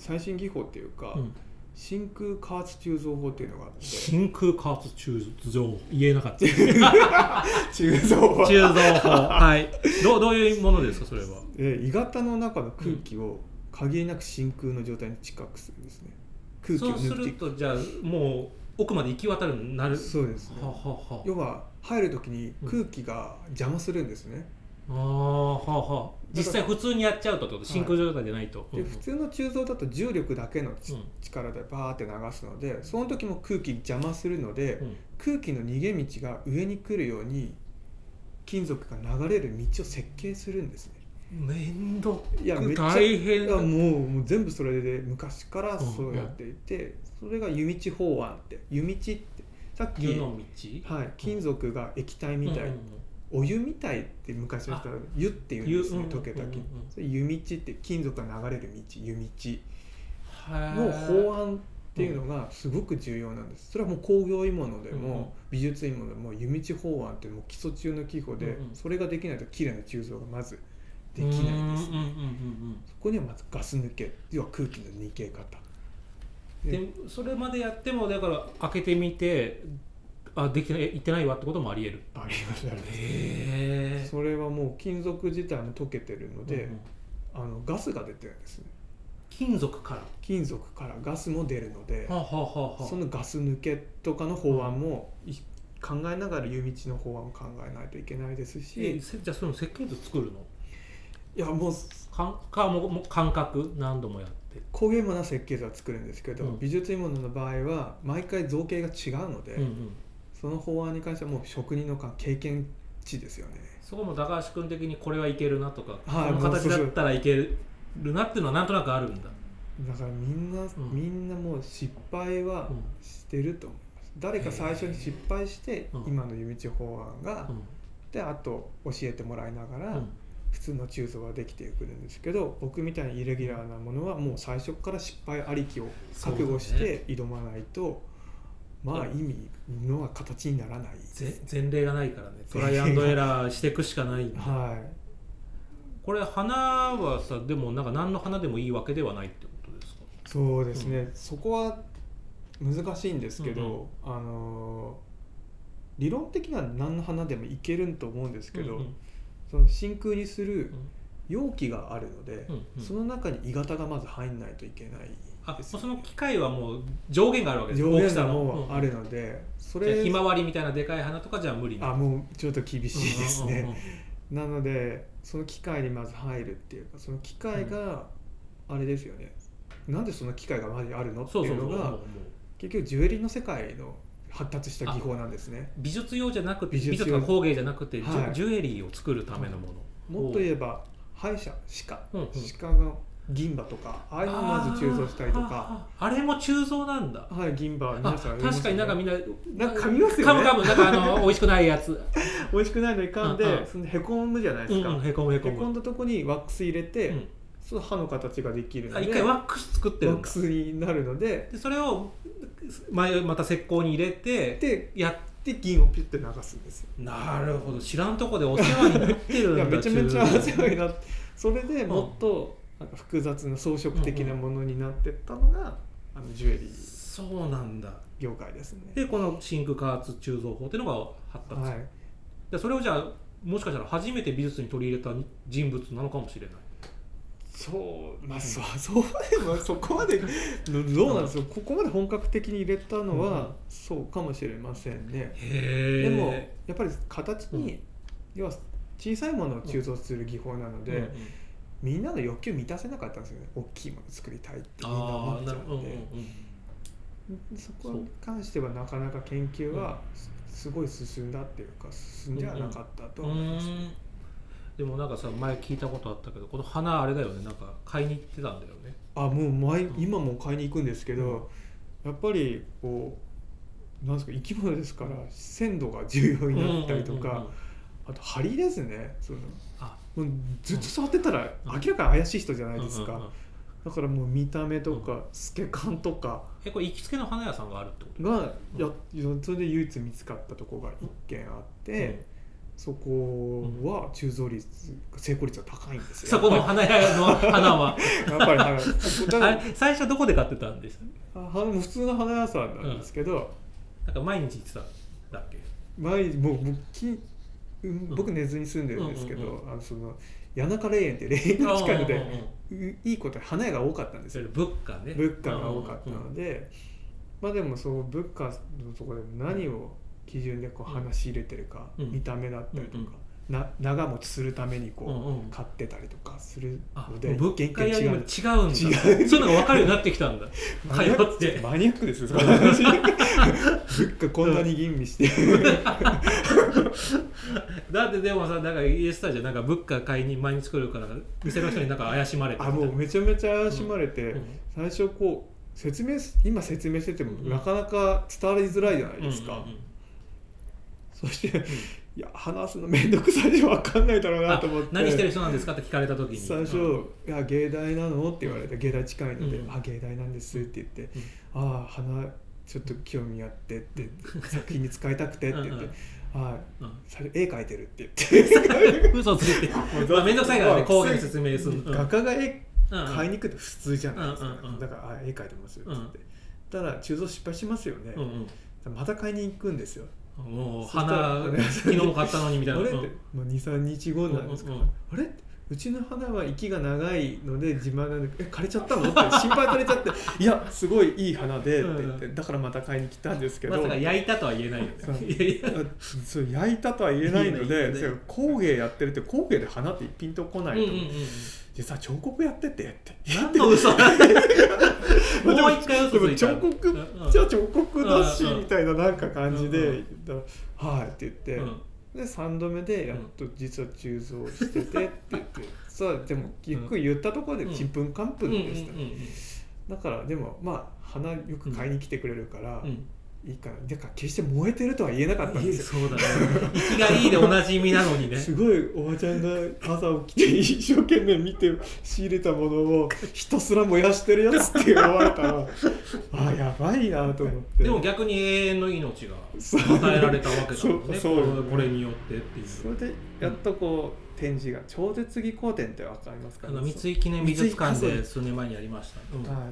最新技法っていうか、真空加圧鋳造法っていうのがあって、 真空加圧鋳造言えなかった鋳造法はい。どういうものですかそれは。 鋳型の中の空気を限りなく真空の状態に近くするんですね。空気を抜そうするとじゃあもう奥まで行き渡るようになる。 そうですね。要は入る時に空気が邪魔するんですね。 実際普通にやっちゃうとってこと、真空状態じゃないと。 で普通の鋳造だと重力だけの力でバーって流すので、その時も空気邪魔するので、空気の逃げ道が上に来るように金属が流れる道を設計するんですね。 面倒大変だ。もう全部それで昔からそうやっていて、それが湯道法案って、湯道ってさっき湯の道、 はい、金属が液体みたい、お湯みたいって昔の人は湯って言うんですね。溶けた金、湯道って金属が流れる道、湯道の法案っていうのがすごく重要なんです。それはもう工業鋳物でも美術鋳物でも湯道法案っていうのも基礎中の基礎で、それができないと綺麗な鋳造がまずできないんですね。そこにはまずガス抜け、要は空気の逃げ方で、それまでやってもだから開けてみてできてない、いってないわってこともあり得る。 あります。それはもう金属自体も溶けてるので、ガスが出てるんですね。金属からガスも出るので、そのガス抜けとかの法案も考えながら湯道の法案も考えないといけないですし、 じゃあその設計図作るの？ いやもう感覚何度もやって工芸物は設計図は作るんですけど、美術鋳物の場合は毎回造形が違うので、その法案に関してはもう職人の経験値ですよね。 そこも高橋君的にこれはいけるなとか、この形だったらいけるなっていうのはなんとなくあるんだ。 だからみんなもう失敗はしてると思います。誰か最初に失敗して今の湯道法案が、であと教えてもらいながら普通の鋳造はできてくるんですけど、僕みたいにイレギュラーなものはもう最初から失敗ありきを覚悟して挑まないと、まあ意味のは形にならない。 前例がないからね、トライアンドエラーしていくしかないんだ。これ花はさ、でもなんか何の花でもいいわけではないってことですか？ そうですね、そこは難しいんですけど、理論的には何の花でもいけると思うんですけど、その真空にする容器があるので、その中に鋳型がまず入んないといけないですね。 その機械はもう上限があるわけです。 上限がもうあるので、それひまわりみたいなでかい花とかじゃ無理な。 もうちょっと厳しいですね。なのでその機械にまず入るっていうか、その機械があれですよね。なんでその機械がまずあるのっていうのが結局ジュエリーの世界の発達した技法なんですね。 美術用じゃなくて、美術とか工芸じゃなくて、ジュエリーを作るためのもの。 もっと言えば歯医者、鹿が銀歯とか、ああいうのをまず鋳造したりとか。 あれも鋳造なんだ。 はい、銀歯皆さん確かになんかみんな噛みますよね。 噛むなんか美味しくないやつ美味しくないのに噛んで、そのへこむじゃないですか。 へこんだとこにワックス入れて、その歯の形ができるので、 一回ワックス作ってるんだ。 ワックスになるので、 それをまた石膏に入れてでやって銀をピュッて流すんですよ。 なるほど、知らんとこでお世話になってるんだ。 めちゃめちゃお世話になって、それでもっとなんか複雑な装飾的なものになっていったのが、ジュエリーそうなんだ業界ですね。 でこの真空加圧鋳造法っていうのが発達、でそれをじゃあもしかしたら初めて美術に取り入れた人物なのかもしれない。 そこまでどうなんですよ。ここまで本格的に入れたのはそうかもしれませんね。でもやっぱり形に、要は小さいものを鋳造する技法なので、みんなの欲求満たせなかったんですよね。大きいもの作りたいってみんな思っちゃうので、そこに関してはなかなか研究はすごい進んだっていうか、進んではなかったと思いますね。 でもなんかさ、前聞いたことあったけど、この花あれだよね、なんか買いに行ってたんだよね。 もう今も買いに行くんですけど、やっぱりこうなんですか、生き物ですから鮮度が重要になったりとか、あと針ですね。もうずっと触ってたら明らかに怪しい人じゃないですか。だからもう見た目とか透け感とか、 これ行きつけの花屋さんがあるってことがそれで唯一見つかったところが1軒あって、 そこは中造率成功率が高いんですよ。 そこの花屋の花はやっぱりだから最初どこで買ってたんです？ 普通の花屋さんなんですけど、 なんか毎日行ってたんだっけ？ 僕根津に住んでるんですけど、その谷中霊園って霊園の近くでいいこと花屋が多かったんですよ。 物価ね。 物価が多かったので、まあでもそう物価のところで何を基準でこう花仕入れてるか、見た目だったりとか、長持ちするためにこう買ってたりとかするので、 物価よりも違うんだ。そういうのが分かるようになってきたんだ。通ってマニアックですよ。物価こんなに吟味してだってでもさ、なんかイエスターじゃなんか物価買いに毎日来るから店の人になんか怪しまれて、 もうめちゃめちゃ怪しまれて、最初こう今説明しててもなかなか伝わりづらいじゃないですか。そして、いや話すのめんどくさいし分かんないだろうなと思って、 何してる人なんですかって聞かれた時に最初「いや芸大なの?」って言われて、芸大近いので「芸大なんです」って言って「花ちょっと興味あって」って作品に使いたくてって言って最初絵描いてるって言って嘘ついてめんどくさいからね、講義説明する。 画家が絵買いに行くって普通じゃないですか。だから絵描いてますよって言って、ただ鋳造失敗しますよね。また買いに行くんですよ。 もう花昨日も買ったのにみたいな。 あれってもう 2,3 日後なんですか。あれうちの花は息が長いので自慢なんで枯れちゃったのって心配されちゃっていやすごいいい花でって言って、だからまた買いに来たんですけど、 まさか焼いたとは言えないよね。 そう焼いたとは言えないので、工芸やってるって工芸で花ってピンとこないと思う。実は彫刻やっててって何の嘘もう一回嘘ついた。 彫刻じゃあ彫刻だしみたいななんか感じではいって言って、で3度目でやっと実は鋳造しててって言ってさあでもゆっくり言ったところでちんぷんかんぷんでした。だからでもまあ花よく買いに来てくれるからいいかな。だから決して燃えてるとは言えなかったんですよ。 そうだね。息がいいでおなじみなのにね。 すごいおばちゃんが朝起きて一生懸命見て仕入れたものをひたすら燃やしてるやつって言われたらやばいなと思って。 でも逆に永遠の命が与えられたわけだもんね。これによってっていう。 それでやっとこう展示が超絶技工展ってわかりますかね。 三井記念美術館で数年前にやりました。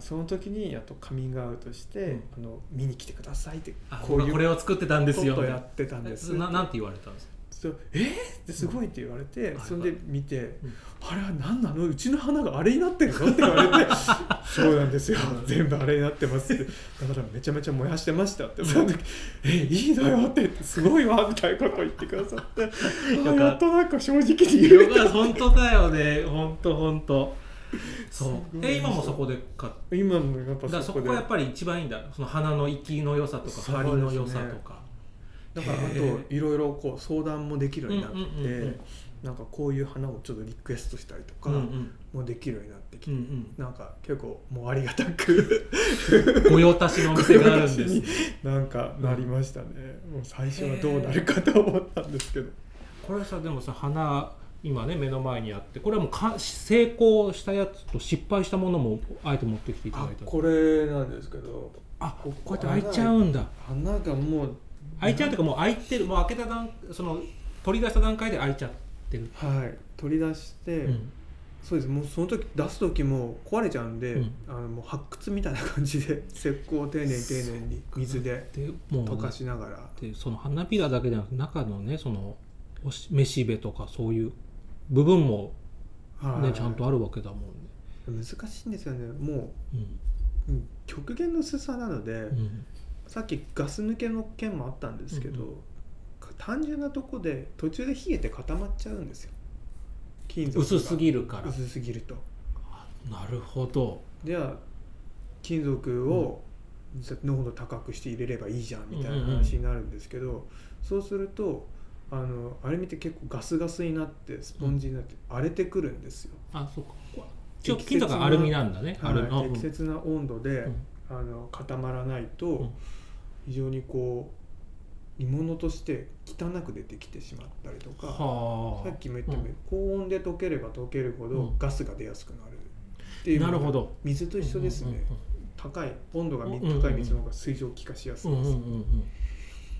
その時にやっとカミングアウトして見に来てくださいってこれを作ってたんですよ。 ことやってたんです。 なんて言われたんですか。 ってすごいって言われて、それで見て、あれは何なのうちの花があれになってるのって言われてそうなんですよ全部あれになってますってだからめちゃめちゃ燃やしてましたってその時いいのよって言ってすごいわみたいなこと言ってくださってやっとなんか正直に言えた。 本当だよね本当そう今もそこで買って。 今もやっぱそこがやっぱり一番いいんだ。その花の息の良さとか張りの良さとか。 だからあといろいろこう相談もできるようになってなんかこういう花をちょっとリクエストしたりとかもできるようになってきて、なんか結構もうありがたく御用達のお店があるんですなんかなりましたね。もう最初はどうなるかと思ったんですけど、 これさでもさ花今ね目の前にあって、これはもう成功したやつと失敗したものもあえて持ってきていただいた。 これなんですけど、 こうやって開いちゃうんだ。 花がもう開いちゃうというかもう開いてる、もう開けたその取り出した段階で開いちゃってる。 取り出して、そうです。もうその時出す時も壊れちゃうんで、もう発掘みたいな感じで石膏を丁寧に水で溶かしながら。 でその花びらだけでなく中のねそのめしべとかそういう部分もねちゃんとあるわけだもんね。 難しいんですよね。もう、極限の薄さなので。さっきガス抜けの件もあったんですけど、単純なとこで途中で冷えて固まっちゃうんですよ。金属が薄すぎるから。 薄すぎると。 なるほど。 じゃあ金属を濃度高くして入れればいいじゃんみたいな話になるんですけど、そうするとアルミって結構ガスガスになってスポンジになって荒れてくるんですよ。 そうか。金属がアルミなんだね。 適切な温度で、固まらないと、非常にこう鋳物として汚く出てきてしまったりとか、さっきも言ったように、高温で溶ければ溶けるほどガスが出やすくなるっていうのが水と一緒ですね。温度が高い水の方が水蒸気化しやすいです。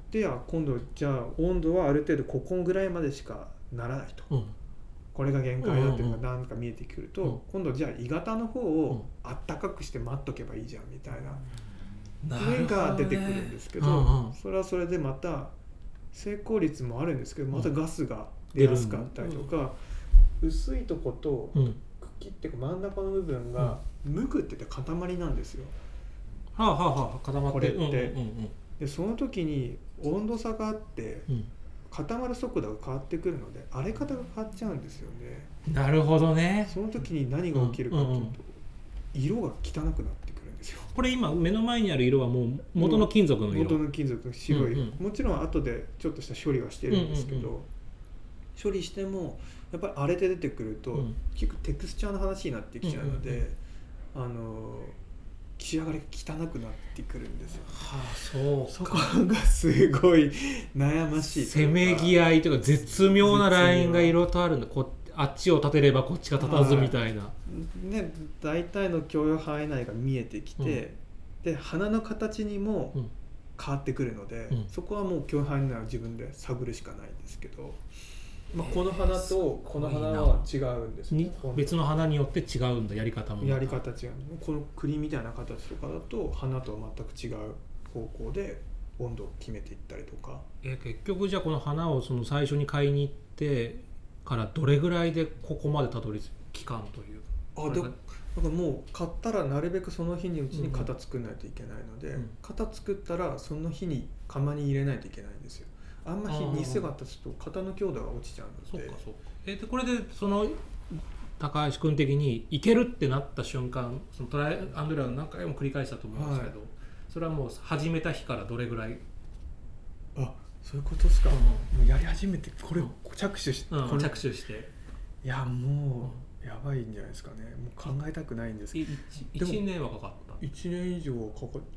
で今度じゃあ温度はある程度ここぐらいまでしかならないと、うん、これが限界だっていうのが何か見えてくると、うん、今度じゃあ鋳型の方をあったかくして待っとけばいいじゃんみたいな上が出てくるんですけど、うんうん、それはそれでまた成功率もあるんですけどまたガスが出やすかったりとか、うん、薄いとこと茎っていうか真ん中の部分が無垢って言って塊なんですよ、 はあはあはあ、固まってこれって、うんうんうん、でその時に温度差があって、うん、固まる速度が変わってくるので荒れ方が変わっちゃうんですよね。 なるほどね。 その時に何が起きるかというと、うんうんうん、色が汚くなってくるんですよ。 これ今目の前にある色はもう元の金属の色。 元の金属の白い色、うんうん、もちろん後でちょっとした処理はしてるんですけど、うんうんうん、処理してもやっぱり荒れて出てくると、うん、結構テクスチャーの話になってきちゃうので、うんうんうん、仕上がりが汚くなってくるんですよ、 はあ、そうか。 そこがすごい悩ましい。 せめぎ合いというか絶妙なラインが色とあるんだ。あっちを立てればこっちが立たずみたいな、 ね、大体の許容範囲内が見えてきて、うん、で花の形にも変わってくるので、うん、そこはもう許容範囲内は自分で探るしかないんですけど、まあ、この花とこの花は違うんですね。 別の花によって違うんだ。やり方もやり方違う。この栗みたいな形とかだと花と全く違う方向で温度を決めていったりとか。 結局じゃあこの花をその最初に買いに行ってからどれぐらいでここまでたどり着かんという。 だからもう買ったらなるべくその日にうちに型作らないといけないので、型作ったらその日に窯に入れないといけないんですよ。あんまり日数があったとすると型の強度が落ちちゃうので。 そうか。でこれでその高橋君的にいけるってなった瞬間、そのトライアンドエラーを何回も繰り返したと思うんですけど、はい、それはもう始めた日からどれぐらい。 そういうことですか、もうやり始めてこれを着手して、 着手して、 いやもうやばいんじゃないですかね。もう考えたくないんですけど。 1年はかかった。 1年以上はかかった、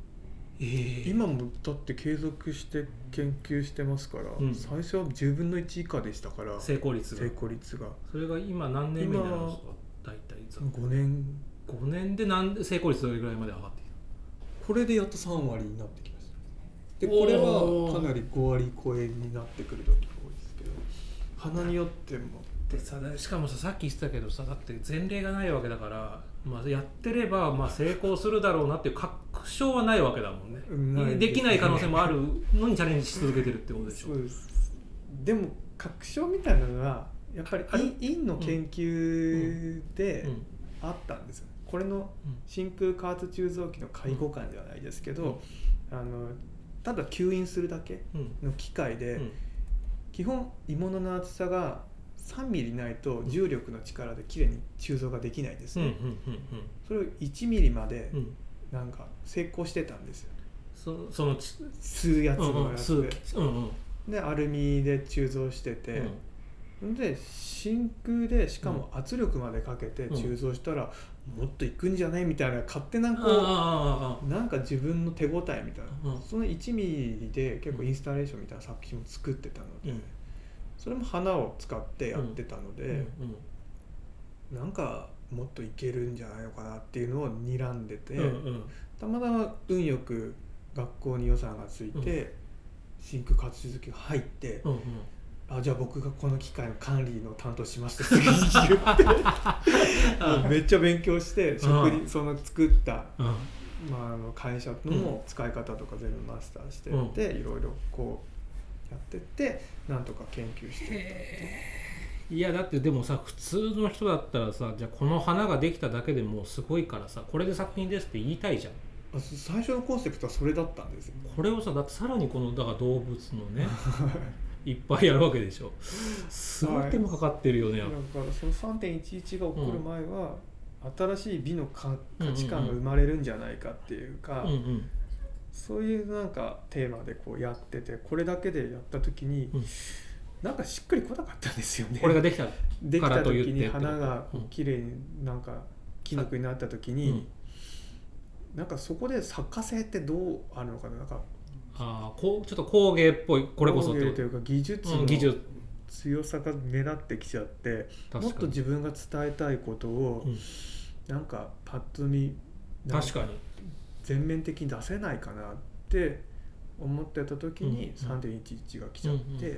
今もだって継続して研究してますから、最初は10分の1以下でしたから、 成功率がそれが今何年目になるんですか。大体5年で成功率どれぐらいまで上がっている。 これでやっと3割になってきました。でこれはかなり5割超えになってくる時が多いですけど、花によってもでさ、しかもさっき言ってたけどさ、だって前例がないわけだから、やってれば成功するだろうなっていう確証はないわけだもんね。できない可能性もあるのにチャレンジし続けてるってことでしょ。 そうです。でも確証みたいなのはやっぱり院の研究であったんですよ。これの真空加圧鋳造機の介護官ではないですけど、ただ吸引するだけの機械で、基本鋳物の厚さが3ミリないと重力の力できれいに鋳造ができないんですね。それを1ミリまでなんか成功してたんですよ。 その吸うやつのやつで、でアルミで鋳造してて、で真空でしかも圧力までかけて鋳造したらもっといくんじゃないみたいな勝手ななんか自分の手応えみたいな、その1ミリで結構インスタレーションみたいな作品も作ってたので、それも花を使ってやってたので、なんかもっといけるんじゃないのかなっていうのを睨んでて、たまたま運よく学校に予算がついて、真空加圧鋳造機が入って、じゃあ僕がこの機械の管理の担当しますって言ってめっちゃ勉強してその作った、会社の使い方とか全部マスターしてって、いろいろこうやってってなんとか研究して。 いやだってでもさ、普通の人だったらさ、じゃあこの花ができただけでもうすごいからさ、これで作品ですって言いたいじゃん。 最初のコンセプトはそれだったんですよ。 これをさ、だってさらにこのだから動物のねいっぱいやるわけでしょ。すごい手間かかってるよね。だからその 3.11 が起こる前は、新しい美の価値観が生まれるんじゃないかっていうか、そういうなんかテーマでこうやってて、これだけでやった時に、なんかしっくりこなかったんですよね。 これができたからと言って、 できた時に花が綺麗になんか木の句になった時に、なんかそこで作家性ってどうあるのかな。なんかちょっと工芸っぽい、これこそ工芸というか技術の強さが目立ってきちゃって、もっと自分が伝えたいことを、なんかパッと見確かに全面的に出せないかなって思ってた時に 3.11 が来ちゃって、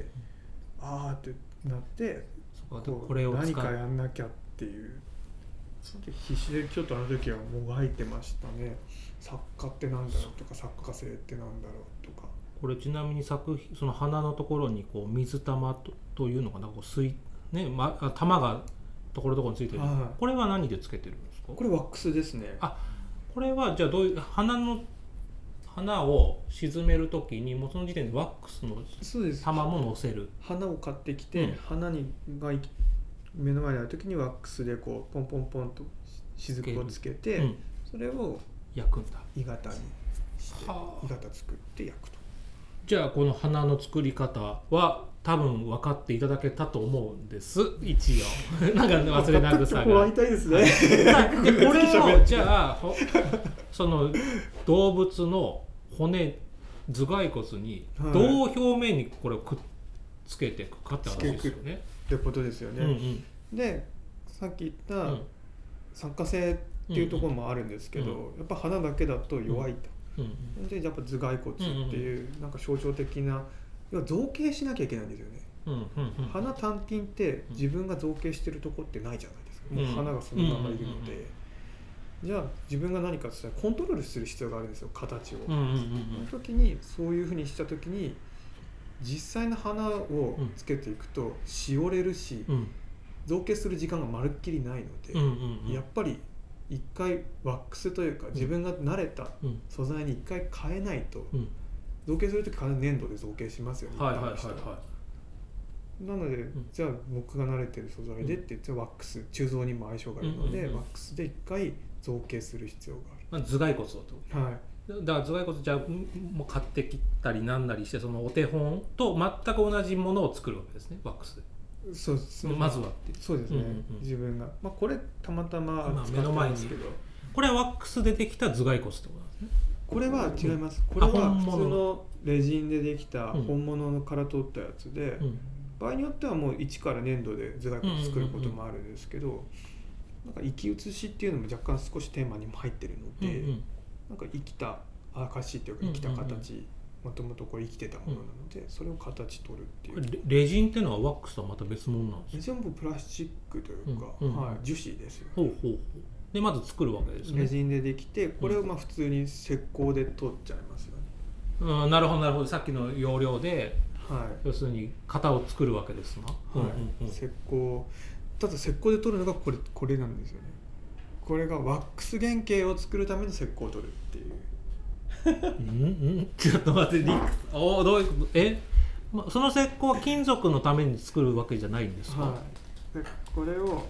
あーってなってこれを何かやんなきゃっていう、必死でちょっとあの時はもがいてましたね。作家ってなんだろうとか作家性ってなんだろうとか。 これちなみにその花のところにこう水玉というのかな、こうね、玉がところどころについてる、これは何でつけてるんですか？ これワックスですね。 これはじゃあどういう花を沈めるときにもうその時点でワックスの玉も乗せる。 花を買ってきて、花が目の前にあるときにワックスでこうポンポンポンと雫をつけて、それを焼くんだ。 鋳型にして鋳型作って焼くと。 じゃあこの花の作り方は多分分かっていただけたと思うんです。一応なんか忘れなぐさが分かったところ会いたいですね。 でこれをじゃあその動物の骨頭蓋骨にどう表面にこれをくっつけていくかって話ですよね。 ってことですよね。でさっき言った作家性っていうところもあるんですけど、やっぱ花だけだと弱いと。でやっぱ頭蓋骨っていうなんか象徴的な、要は造形しなきゃいけないんですよね。花単品って自分が造形してるとこってないじゃないですか。もう花がそのままいるので、じゃあ自分が何かしたらコントロールする必要があるんですよ、形を。その時にそういうふうにした時に実際の花をつけていくとしおれるし、造形する時間がまるっきりないので、やっぱり一回ワックスというか自分が慣れた素材に一回変えないと、造形する時必ず粘土で造形しますよね。なので、じゃあ僕が慣れてる素材でって言ってワックス、鋳造にも相性があるので、ワックスで一回造形する必要がある。 頭蓋骨をと。だから頭蓋骨じゃあもう買ってきたりなんなりしてそのお手本と全く同じものを作るわけですね、ワックスで。 そうですまずはっていう。 そうですね、自分が、これたまたま目の前にですけど、これはワックスでできた頭蓋骨ってことなんですね。 これは違います。これは普通のレジンでできた本物のから取ったやつで、場合によってはもう一から粘土で頭蓋骨作ることもあるんですけど、なんか生き写しっていうのも若干少しテーマにも入ってるので、なんか生きた証っていうか生きた形、もともとこれ生きてたものなので、それを形取るっていう。 レジンっていうのはワックスとはまた別物なんですか？ レジンもプラスチックというか、樹脂ですよね。 でまず作るわけですね。 レジンでできて、これを普通に石膏で取っちゃいますよね。 なるほどなるほど。さっきの要領で、要するに型を作るわけですな。 石膏、ただ石膏で取るのがこれなんですよね。これがワックス原型を作るために石膏を取るっていう。 ちょっと待って、どういうこと？その石膏は金属のために作るわけじゃないんですか？ でこれを、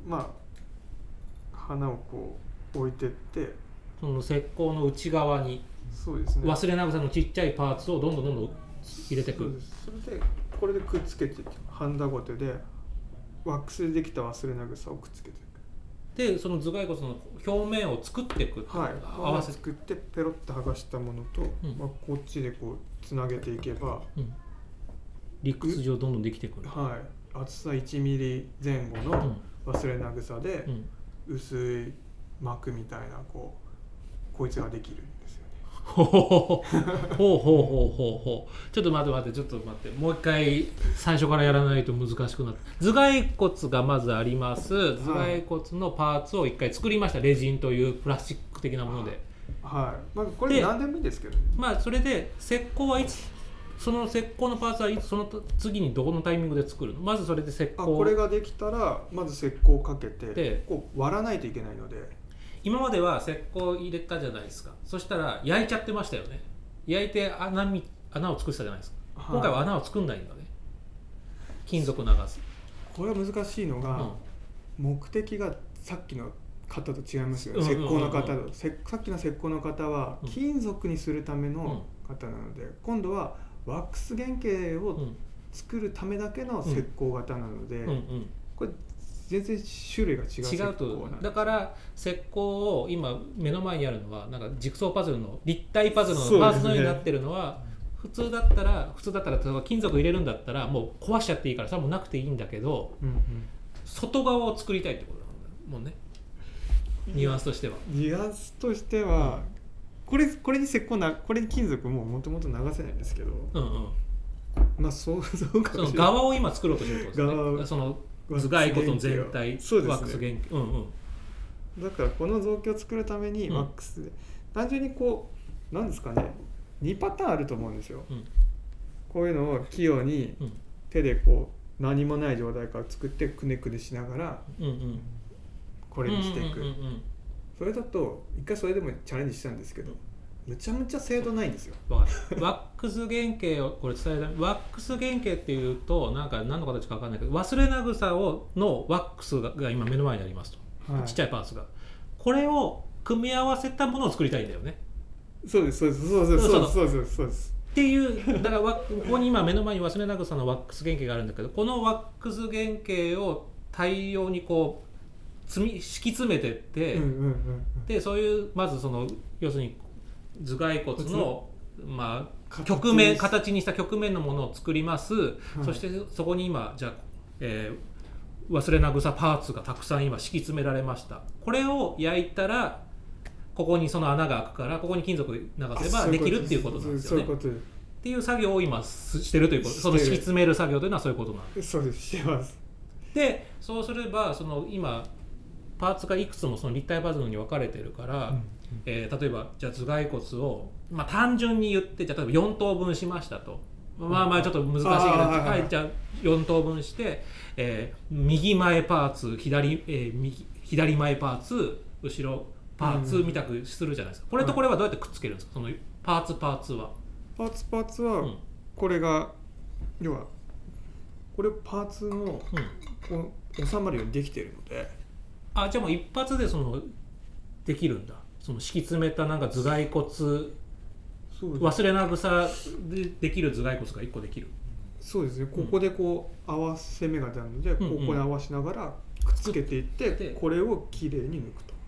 花をこう置いてって、 その石膏の内側に、 そうですね、 忘れなぐさのちっちゃいパーツをどんどん入れていく。 それでこれでくっつけていく。ハンダゴテでワックスでできた忘れなぐさをくっつけていく。 でその頭蓋骨の表面を作っていく。 合わせ作ってペロッと剥がしたものと、こっちでこうつなげていけば、 理屈上どんどんできていく。 厚さ1ミリ前後の忘れなぐさで、薄い膜みたいなこいつができるんですよね。 ほう。ちょっと待ってもう一回最初からやらないと難しくなって。頭蓋骨がまずあります。頭蓋骨のパーツを一回作りました。レジンというプラスチック的なもので。 これ何でもいいんですけどね。 それで石膏はいつ、その石膏のパーツはいつ、その次にどこのタイミングで作るの？まずそれで石膏、 これができたらまず石膏をかけてこう割らないといけないので、 今までは石膏入れたじゃないですか。そしたら焼いちゃってましたよね。焼いて穴を作ってたじゃないですか。今回は穴を作んないんだね。金属流す。 これは難しいのが、目的がさっきの型と違いますよね。石膏の型と、さっきの石膏の型は金属にするための型なので、今度はワックス原型を作るためだけの石膏型なので、これ全然種類が違うと。 だから石膏を今目の前にあるのはなんかジグソーパズルの立体パズルのパーツのようになってるのは、普通だったら例えば金属入れるんだったらもう壊しちゃっていいからそれはもうなくていいんだけど、外側を作りたいってことなんだもんね。ニュアンスとしてはこれに石膏これに金属もともと流せないんですけど、 うんうん、 まあそうかもしれない。 その側を今作ろうとしてるってことですね。その頭蓋骨の全体、 そうですね、 ワックス原型、うんうん、 だからこの造形を作るためにワックスで、単純にこうなんですかね、2パターンあると思うんですよ、こういうのを器用に手でこう何もない状態から作ってくねくねしながらこれにしていく。それだと一回それでもチャレンジしたんですけど、むちゃむちゃ精度ないんですよ。 ワックス原型をこれ伝えたい。ワックス原型っていうとなんか何の形か分かんないけど、忘れなぐさのワックスが今目の前にありますと、はい、ちっちゃいパーツがこれを組み合わせたものを作りたいんだよね。 そうですそうですそうですそうですそうですっていうだからここに今目の前に忘れなぐさのワックス原型があるんだけど、このワックス原型を大量にこう敷き詰めてって、でそういうまずその要するに頭蓋骨の、まあ、形にした曲面のものを作ります、はい、そしてそこに今じゃあ、忘れなぐさパーツがたくさん今敷き詰められました。これを焼いたらここにその穴が開くからここに金属で流せばできるっていうことなんですよね。っていう作業を今してるということ、その敷き詰める作業というのはそういうことなんです。 そうです、してます。 でそうすればその今パーツがいくつもその立体パズルに分かれてるから、例えばじゃあ頭蓋骨を、まあ、単純に言ってじゃあ例えば4等分しましたと、まあちょっと難しいけど、はい、じゃあ4等分して、右前パーツ左前パーツ後ろパーツみたくするじゃないですか。これとこれはどうやってくっつけるんですか、そのパーツは。パーツはこれが、要はこれパーツの収まるようにできているので、 じゃあもう一発でそのできるんだ。その敷き詰めたなんか頭蓋骨、忘れなぐさでできる頭蓋骨が1個できる。 そうですね。ここでこう合わせ目が出るので、ここに合わせながらくっつけていって、これをきれいに抜くと。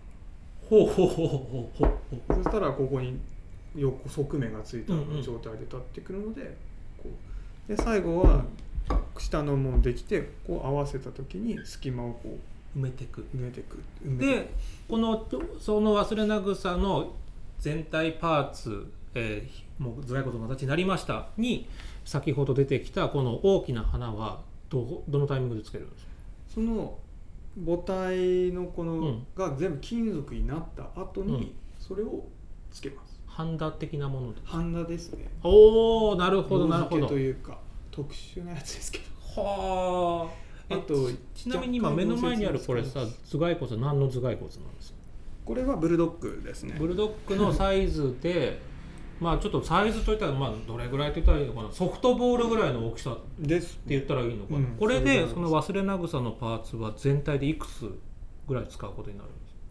そしたらここに側面がついた状態で立ってくるので、こうで最後は下のものできて、こう合わせた時に隙間をこう埋めていく。 でその忘れなぐさの全体パーツ、もう頭蓋骨の形になりましたに先ほど出てきたこの大きな花はどのタイミングでつけるんですか。 その母体のこのが全部金属になった後にそれをつけます。 ハンダ的なものです。 ハンダですね。 おお、なるほどなるほど。 というか特殊なやつですけど。はあ。ちなみに今目の前にあるこれさ、頭蓋骨は何の頭蓋骨なんですか。 これはブルドッグですね。 ブルドッグのサイズでまあちょっとサイズといったらまあどれぐらいといったらいいのかな、ソフトボールぐらいの大きさって言ったらいいのかな、これでその忘れなぐさのパーツは全体でいくつぐらい使うことになる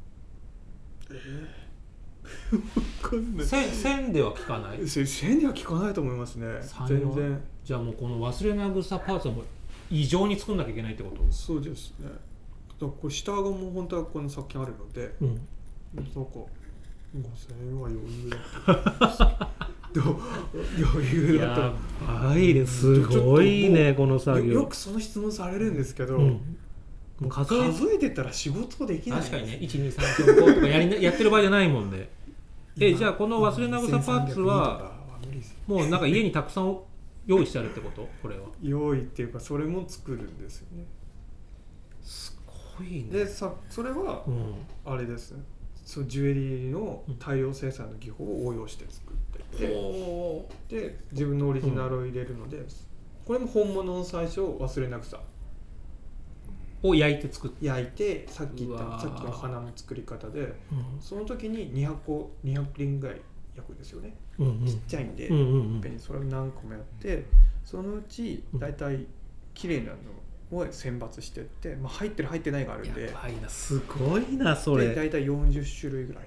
んですか。1000では効かない。 1000では効かないと思いますね。全然。 じゃあもうこの忘れなぐさパーツはもう異常に作んなきゃいけないってこと。 そうですね。だこれ下顎も本当はこの先あるので、なんか5000円は余裕だ余裕だと。 やばいね、すごいねこの作業。 よくその質問されるんですけど、もう数えてたら仕事できない。 確かにね、12345とかやってる場合じゃないもんで。じゃあこの忘れなぐさパーツはもうなんか家にたくさん用意してあるってこと。これは用意っていうかそれも作るんですよね。 すごいね。 でそれはあれですね、ジュエリーの大量生産の技法を応用して作っていて、で自分のオリジナルを入れるので、これも本物の最初忘れなぐさを焼いてさっき言ったさっきの花の作り方で、その時に200輪ぐらい焼くんですよね。ちっちゃいんで、それを何個もやって、そのうちだいたい綺麗なのを選抜していって、入ってる入ってないがあるんで、 やばいな、すごいなそれ。 だいたい40種類ぐらい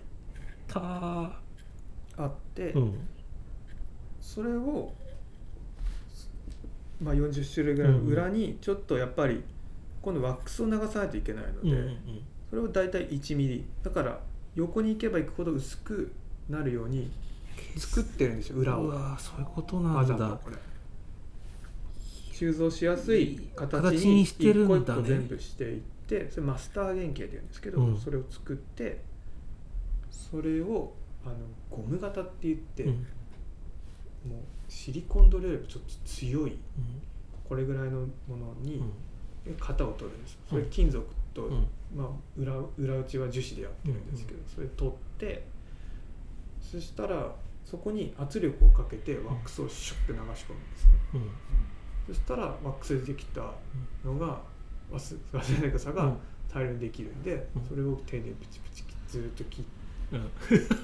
あって、それを、40種類ぐらいの裏にちょっとやっぱり今度ワックスを流さないといけないので、それをだいたい1ミリだから横に行けば行くほど薄くなるように作ってるんですよ、裏を。 そういうことなんだ。 これ収蔵しやすい形に一個一個全部していって、それマスター原型っていうんですけど、それを作って、それをゴム型って言って、 うん、 もうシリコンドレールちょっと強い、これぐらいのものに型を取るんですよ。それ金属と、まあ、裏打ちは樹脂でやってるんですけど、それ取って、そしたらそこに圧力をかけてワックスをシュッて流し込むんですね、そしたらワックスでできたのがガスネクサが大量にできるんで、それを手でプチプチずっと切って、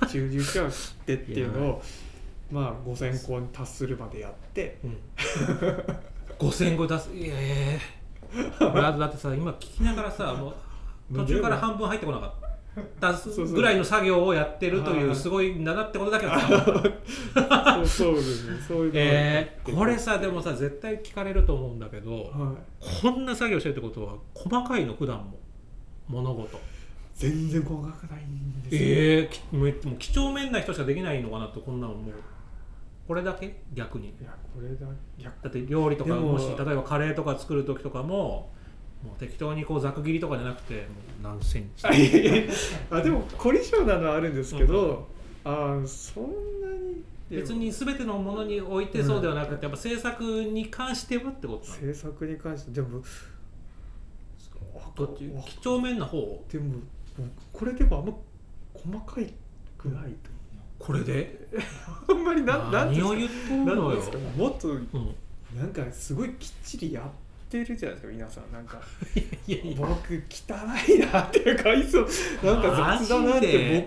中流から切ってっていうのをまあ5000個に達するまでやって、 5000個出す。いやだってさ、今聞きながらさ、もう途中から半分入ってこなかった出すぐらいの作業をやってるというすごいんだなってことだけはそうですね、そういうのこれさ、でもさ絶対聞かれると思うんだけど、こんな作業してるってことは細かいの、普段も物事全然細かくないんですよ。 もう几帳面な人しかできないのかなって。こんなのもうこれだけ逆に。いやこれだって料理とか、もし例えばカレーとか作る時とかもう適当にこうざく切りとかじゃなくて、もう何センチでも凝り性なのはあるんですけど、そんなに別に全てのものにおいてそうではなくて、やっぱ制作に関してはってことなの。 制作に関してでもどっち几帳面な方？ でもこれでもあんま細かいくないと。 これであんまり何を言ってるのよ。 もっと、なんかすごいきっちりやってるじゃないですか皆さん。なんか僕汚いなっていうか、いつもなんか雑だなって、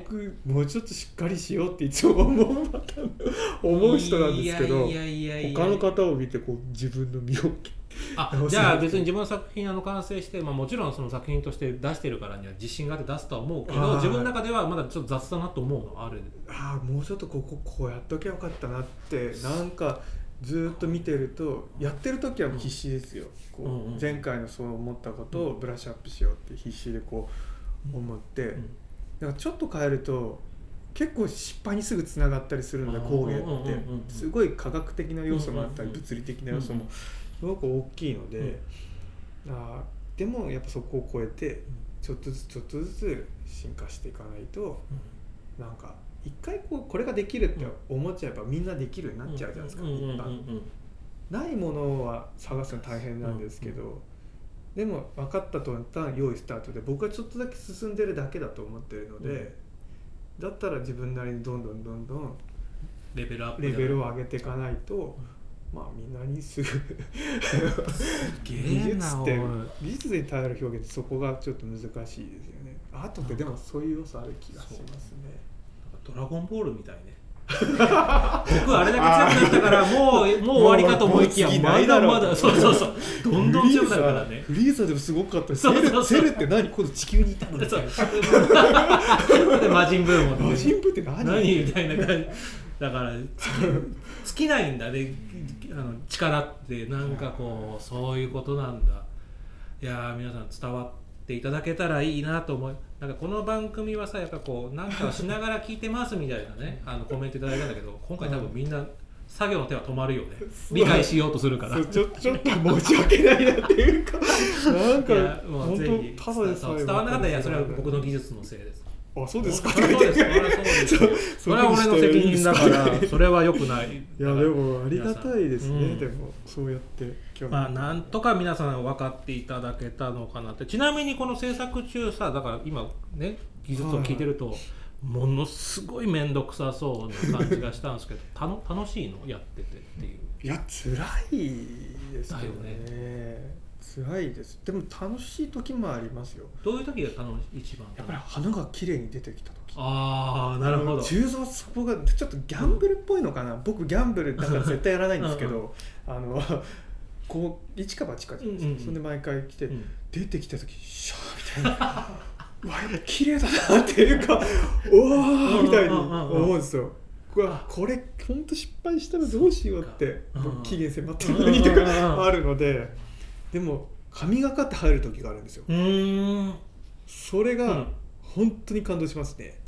僕もうちょっとしっかりしようっていつも思う人なんですけど、他の方を見てこう自分の身をじゃあ別に自分の作品完成して、もちろんその作品として出してるからには自信があって出すとは思うけど、自分の中ではまだちょっと雑だなと思うのはある。 もうちょっとこうやっときゃよかったなって、なんかずっと見てると、やってる時は必死ですよ、前回のそう思ったことをブラッシュアップしようって必死でこう思って、だからちょっと変えると結構失敗にすぐつながったりするので、工芸ってすごい科学的な要素もあったり物理的な要素もすごく大きいので、でもやっぱそこを超えてちょっとずつ進化していかないと、なんか一回これができるって思っちゃえばみんなできるようになっちゃうじゃないですか。ないものは探すの大変なんですけど、でも分かったと思ったら用意スタートで、僕はちょっとだけ進んでるだけだと思ってるので、だったら自分なりにどんどんレベルを上げていかないと、みんなにすぐ技術に頼る表現ってそこがちょっと難しいですよね。アートってでもそういう要素ある気がしますね。 ドラゴンボールみたいね。僕あれだけ強くなったからもう終わりかと思いきや、まだそうどんどん強くなるからね。 フリーザでもすごかった。セルって何、今度地球にいたのみたいな。 魔人ブーも魔人ブーって何みたいな感じだから尽きないんだね、力ってなんかそういうことなんだ。いや皆さん伝わっていただけたらいいなと思い、なんかこの番組はさ、やっぱなんかしながら聞いてますみたいなねコメントいただいたんだけど、今回多分みんな作業の手は止まるよね。理解しようとするから。 ちょっと申し訳ないなっていうか、なんかもうぜひ伝わらなかったら、いやそれは僕の技術のせいです。 そうですか。 それは俺の責任だから、それは良くない。 いやでもありがたいですね。でもそうやってなんとか皆さん分かっていただけたのかなって。ちなみにこの制作中さ、だから今ね技術を聞いてるとものすごい面倒くさそうな感じがしたんですけど楽しいのやっててっていう。 いや辛いですけどね。辛いです。でも楽しい時もありますよ。 どういう時が一番？ やっぱり花が綺麗に出てきた時。 なるほど。 鋳造、そこがちょっとギャンブルっぽいのかな。僕ギャンブルだから絶対やらないんですけど、一か八かじゃないですか。それで毎回来て、出てきた時シャーみたいなうわ綺麗だなっていうかおーみたいに思うんですよ。これ本当失敗したらどうしようって期限迫ってるのにとかあるので、でも神がかって入る時があるんですよ。それが本当に感動しますね。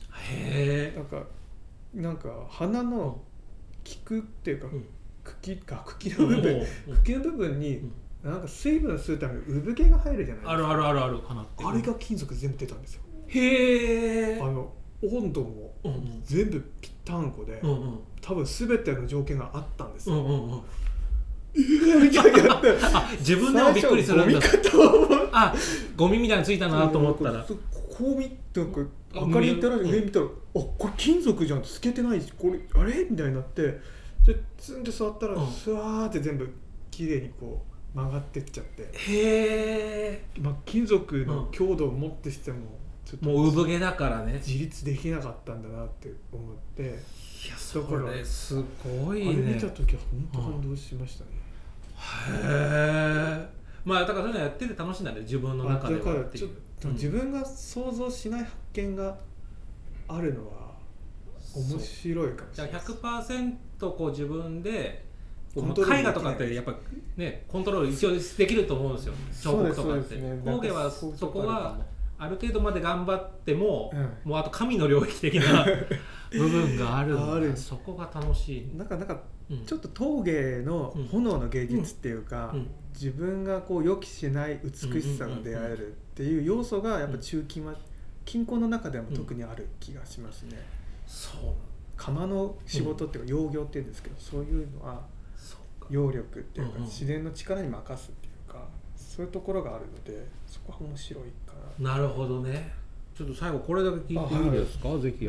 なんか花の菊っていうか茎の部分になんか水分を吸うために産毛が入るじゃないですか。 ある花って。 あれが金属全部出たんですよ。 へえ。 温度も全部ぴったんこで、多分全ての条件があったんですよ、みたいな自分でもびっくりするんだ。ゴミみたいについたなと思ったら、 こう見て明かりったら上見たら、これ金属じゃん、透けてないし、これあれみたいになって、でツンって座ったらスワーって全部綺麗にこう曲がってっちゃって、金属の強度をもってしてもちょっともう産毛だからね、 自立できなかったんだなって思って、 いやそれすごいね。 あれ見た時は本当感動しましたね。 へえ。まあだからそういうのやってて楽しいんだね、自分の中ではっていう。 自分が想像しない発見があるのは面白いかもしれない。 じゃあ 100% こう自分でコントロール絵画とかってやっぱねコントロール一応できると思うんですよ、彫刻とかって。工芸はそこはある程度まで頑張っても、もうあと神の領域的な部分があるんで、そこが楽しい。 なんかちょっと陶芸の炎の芸術っていうか、自分がこう予期しない美しさが出会えるっていう要素がやっぱ近郊の中でも特にある気がしますね。 そう窯の仕事っていうか、窯業っていうんですけど、そういうのは揚力っていうか、自然の力に任すっていうか、そういうところがあるので、そこは面白いかな。 なるほどね。ちょっと最後これだけ聞いていいですか、ぜひ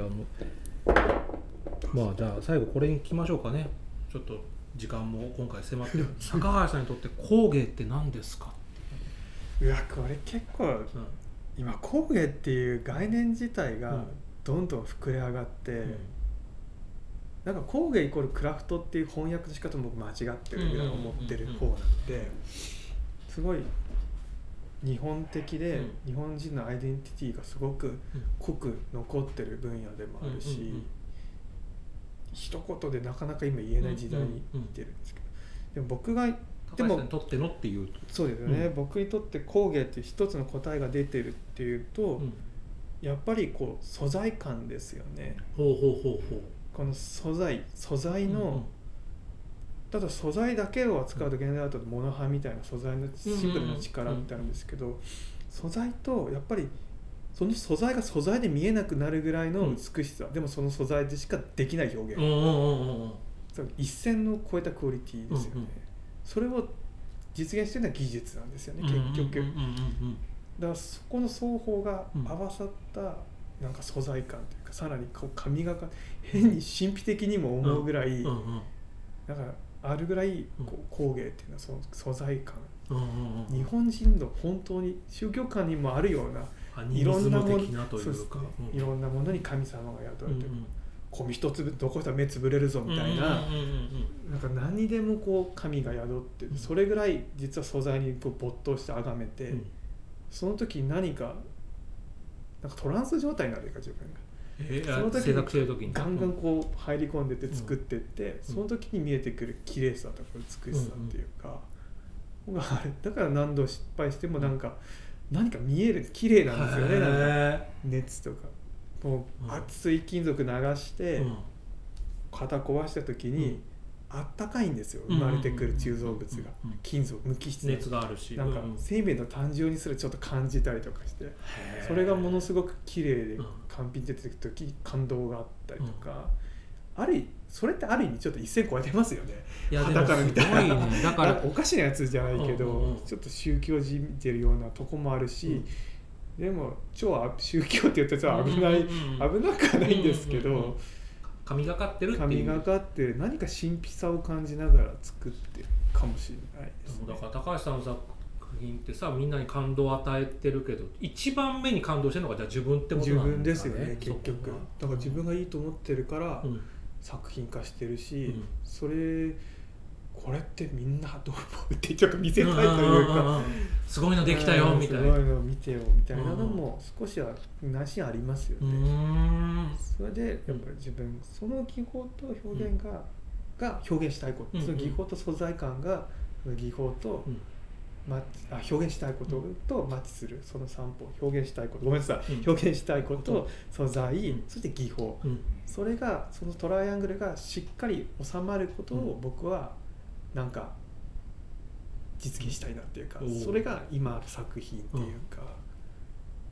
まあじゃあ最後これに聞きましょうかね。ちょっと時間も今回迫ってる。坂橋さんにとって工芸って何ですか？ うわ、これ結構、今工芸っていう概念自体がどんどん膨れ上がって、なんか工芸イコールクラフトっていう翻訳の仕方も間違ってるぐらい思ってる方なので、すごい日本的で、日本人のアイデンティティがすごく濃く残ってる分野でもあるし、一言でなかなか今言えない時代に生きてるんですけど、でも僕が高橋さんにとってのっていうと、 そうですよね、僕にとって工芸っていう一つの答えが出てるっていうと、やっぱりこう素材感ですよね。この素材の、ただ素材だけを扱うと現代アートでモノハみたいな素材のシンプルな力ってあるんですけど、素材とやっぱりその素材が素材で見えなくなるぐらいの美しさ、でもその素材でしかできない表現、一線の超えたクオリティですよね。それを実現してるのは技術なんですよね、結局。だからそこの双方が合わさったなんか素材感というか、さらにこう神がか変に神秘的にも思うぐらい、だからあるぐらい工芸っていうのはその素材感、日本人の本当に宗教観にもあるようないろんなもの、いろんなものに神様が宿るというか、米一粒どこしたら目つぶれるぞみたいな、なんか何にでもこう神が宿って、それぐらい実は素材にこう没頭して崇めて、その時何かなんかトランス状態になるか自分が。その時にガンガンこう入り込んでって作ってって、その時に見えてくる綺麗さとか美しさっていうか、だから何度失敗しても何か見える綺麗なんですよね。なんか熱とかもう熱い金属流して型壊した時にあったかいんですよ、生まれてくる鋳造物が、金属無機質熱があるし、 なんか生命の誕生にすらちょっと感じたりとかして、それがものすごく綺麗で完璧に出てくる時感動があったりとか、それってある意味ちょっと一線超えてますよね。だからみたいな、だからおかしなやつじゃないけど、ちょっと宗教じみてるようなとこもあるし、でも超宗教って言ったら危なくはないんですけど、神がかってるっていう、神がかって何か神秘さを感じながら作ってるかもしれないですね。 だから高橋さんの作品ってさ、みんなに感動を与えてるけど、一番目に感動してるのがじゃあ自分ってことなんだね。 自分ですよね、結局。だから自分がいいと思ってるから作品化してるし、これってみんなどう思うってちょっと見せたいというか、 すごいのできたよみたいな、 すごいの見てよみたいなのも少しはなしありますよね。それでやっぱり自分その技法と表現が表現したいこと、その技法と素材感が技法と表現したいこととマッチする、その3歩表現したいこと、ごめんなさい、表現したいこと、素材、そして技法、それがそのトライアングルがしっかり収まることを僕はなんか実現したいなっていうか、それが今ある作品っていうか、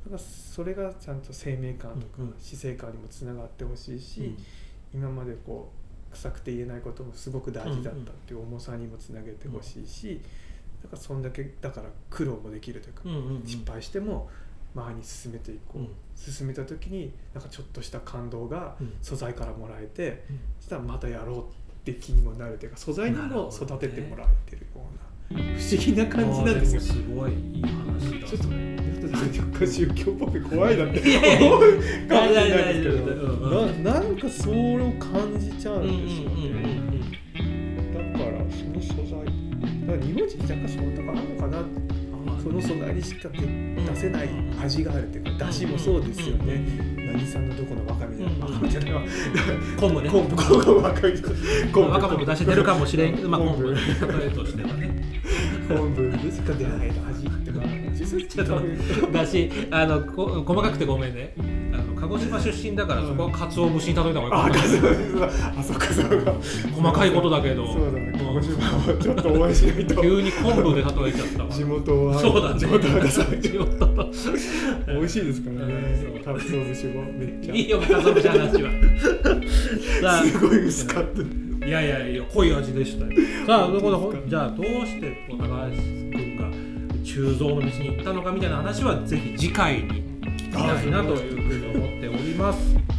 だからそれがちゃんと生命感とか死生観にもつながってほしいし、今までこう臭くて言えないこともすごく大事だったっていう重さにもつなげてほしいし、だからそんだけだから苦労もできるというか、失敗しても前に進めていこう、進めた時になんかちょっとした感動が素材からもらえて、そしたらまたやろうって気にもなるというか、素材にも育ててもらえてるような不思議な感じなんですよ。 すごいいい話だ。 ちょっとなんか宗教っぽく怖いなって思うかもしれないですけど、なんかそれを感じちゃうんですよね。だからその素材、だから日本人若干そのとこあるのかなって、その素材にしか出せない味があるっていうか、出汁もそうですよね。何さんのどこのわかめじゃないわ、 昆布ね、 昆布わかめわかめも出して出るかもしれんけど、まあ昆布例えとしてはね、 昆布でしか出ない味ってか、実際ちょっとだし、細かくてごめんね、鹿児島出身だからそこは鰹節に例えた方がいいかな。あ、そっかそっか。 細かいことだけど、 そうだね。鹿児島はちょっと応援しないと。 急に昆布で例えちゃったわ。 地元は。 そうだね。 地元は出さない。 地元と美味しいですからね。鰹節もめっちゃ。 いいよ、鰹節話は。 すごい薄かった。 いや濃い味でしたよ。さあ、じゃあどうして高橋君が鋳造の道に行ったのかみたいな話はぜひ次回に聞きたいなというふうに思っております。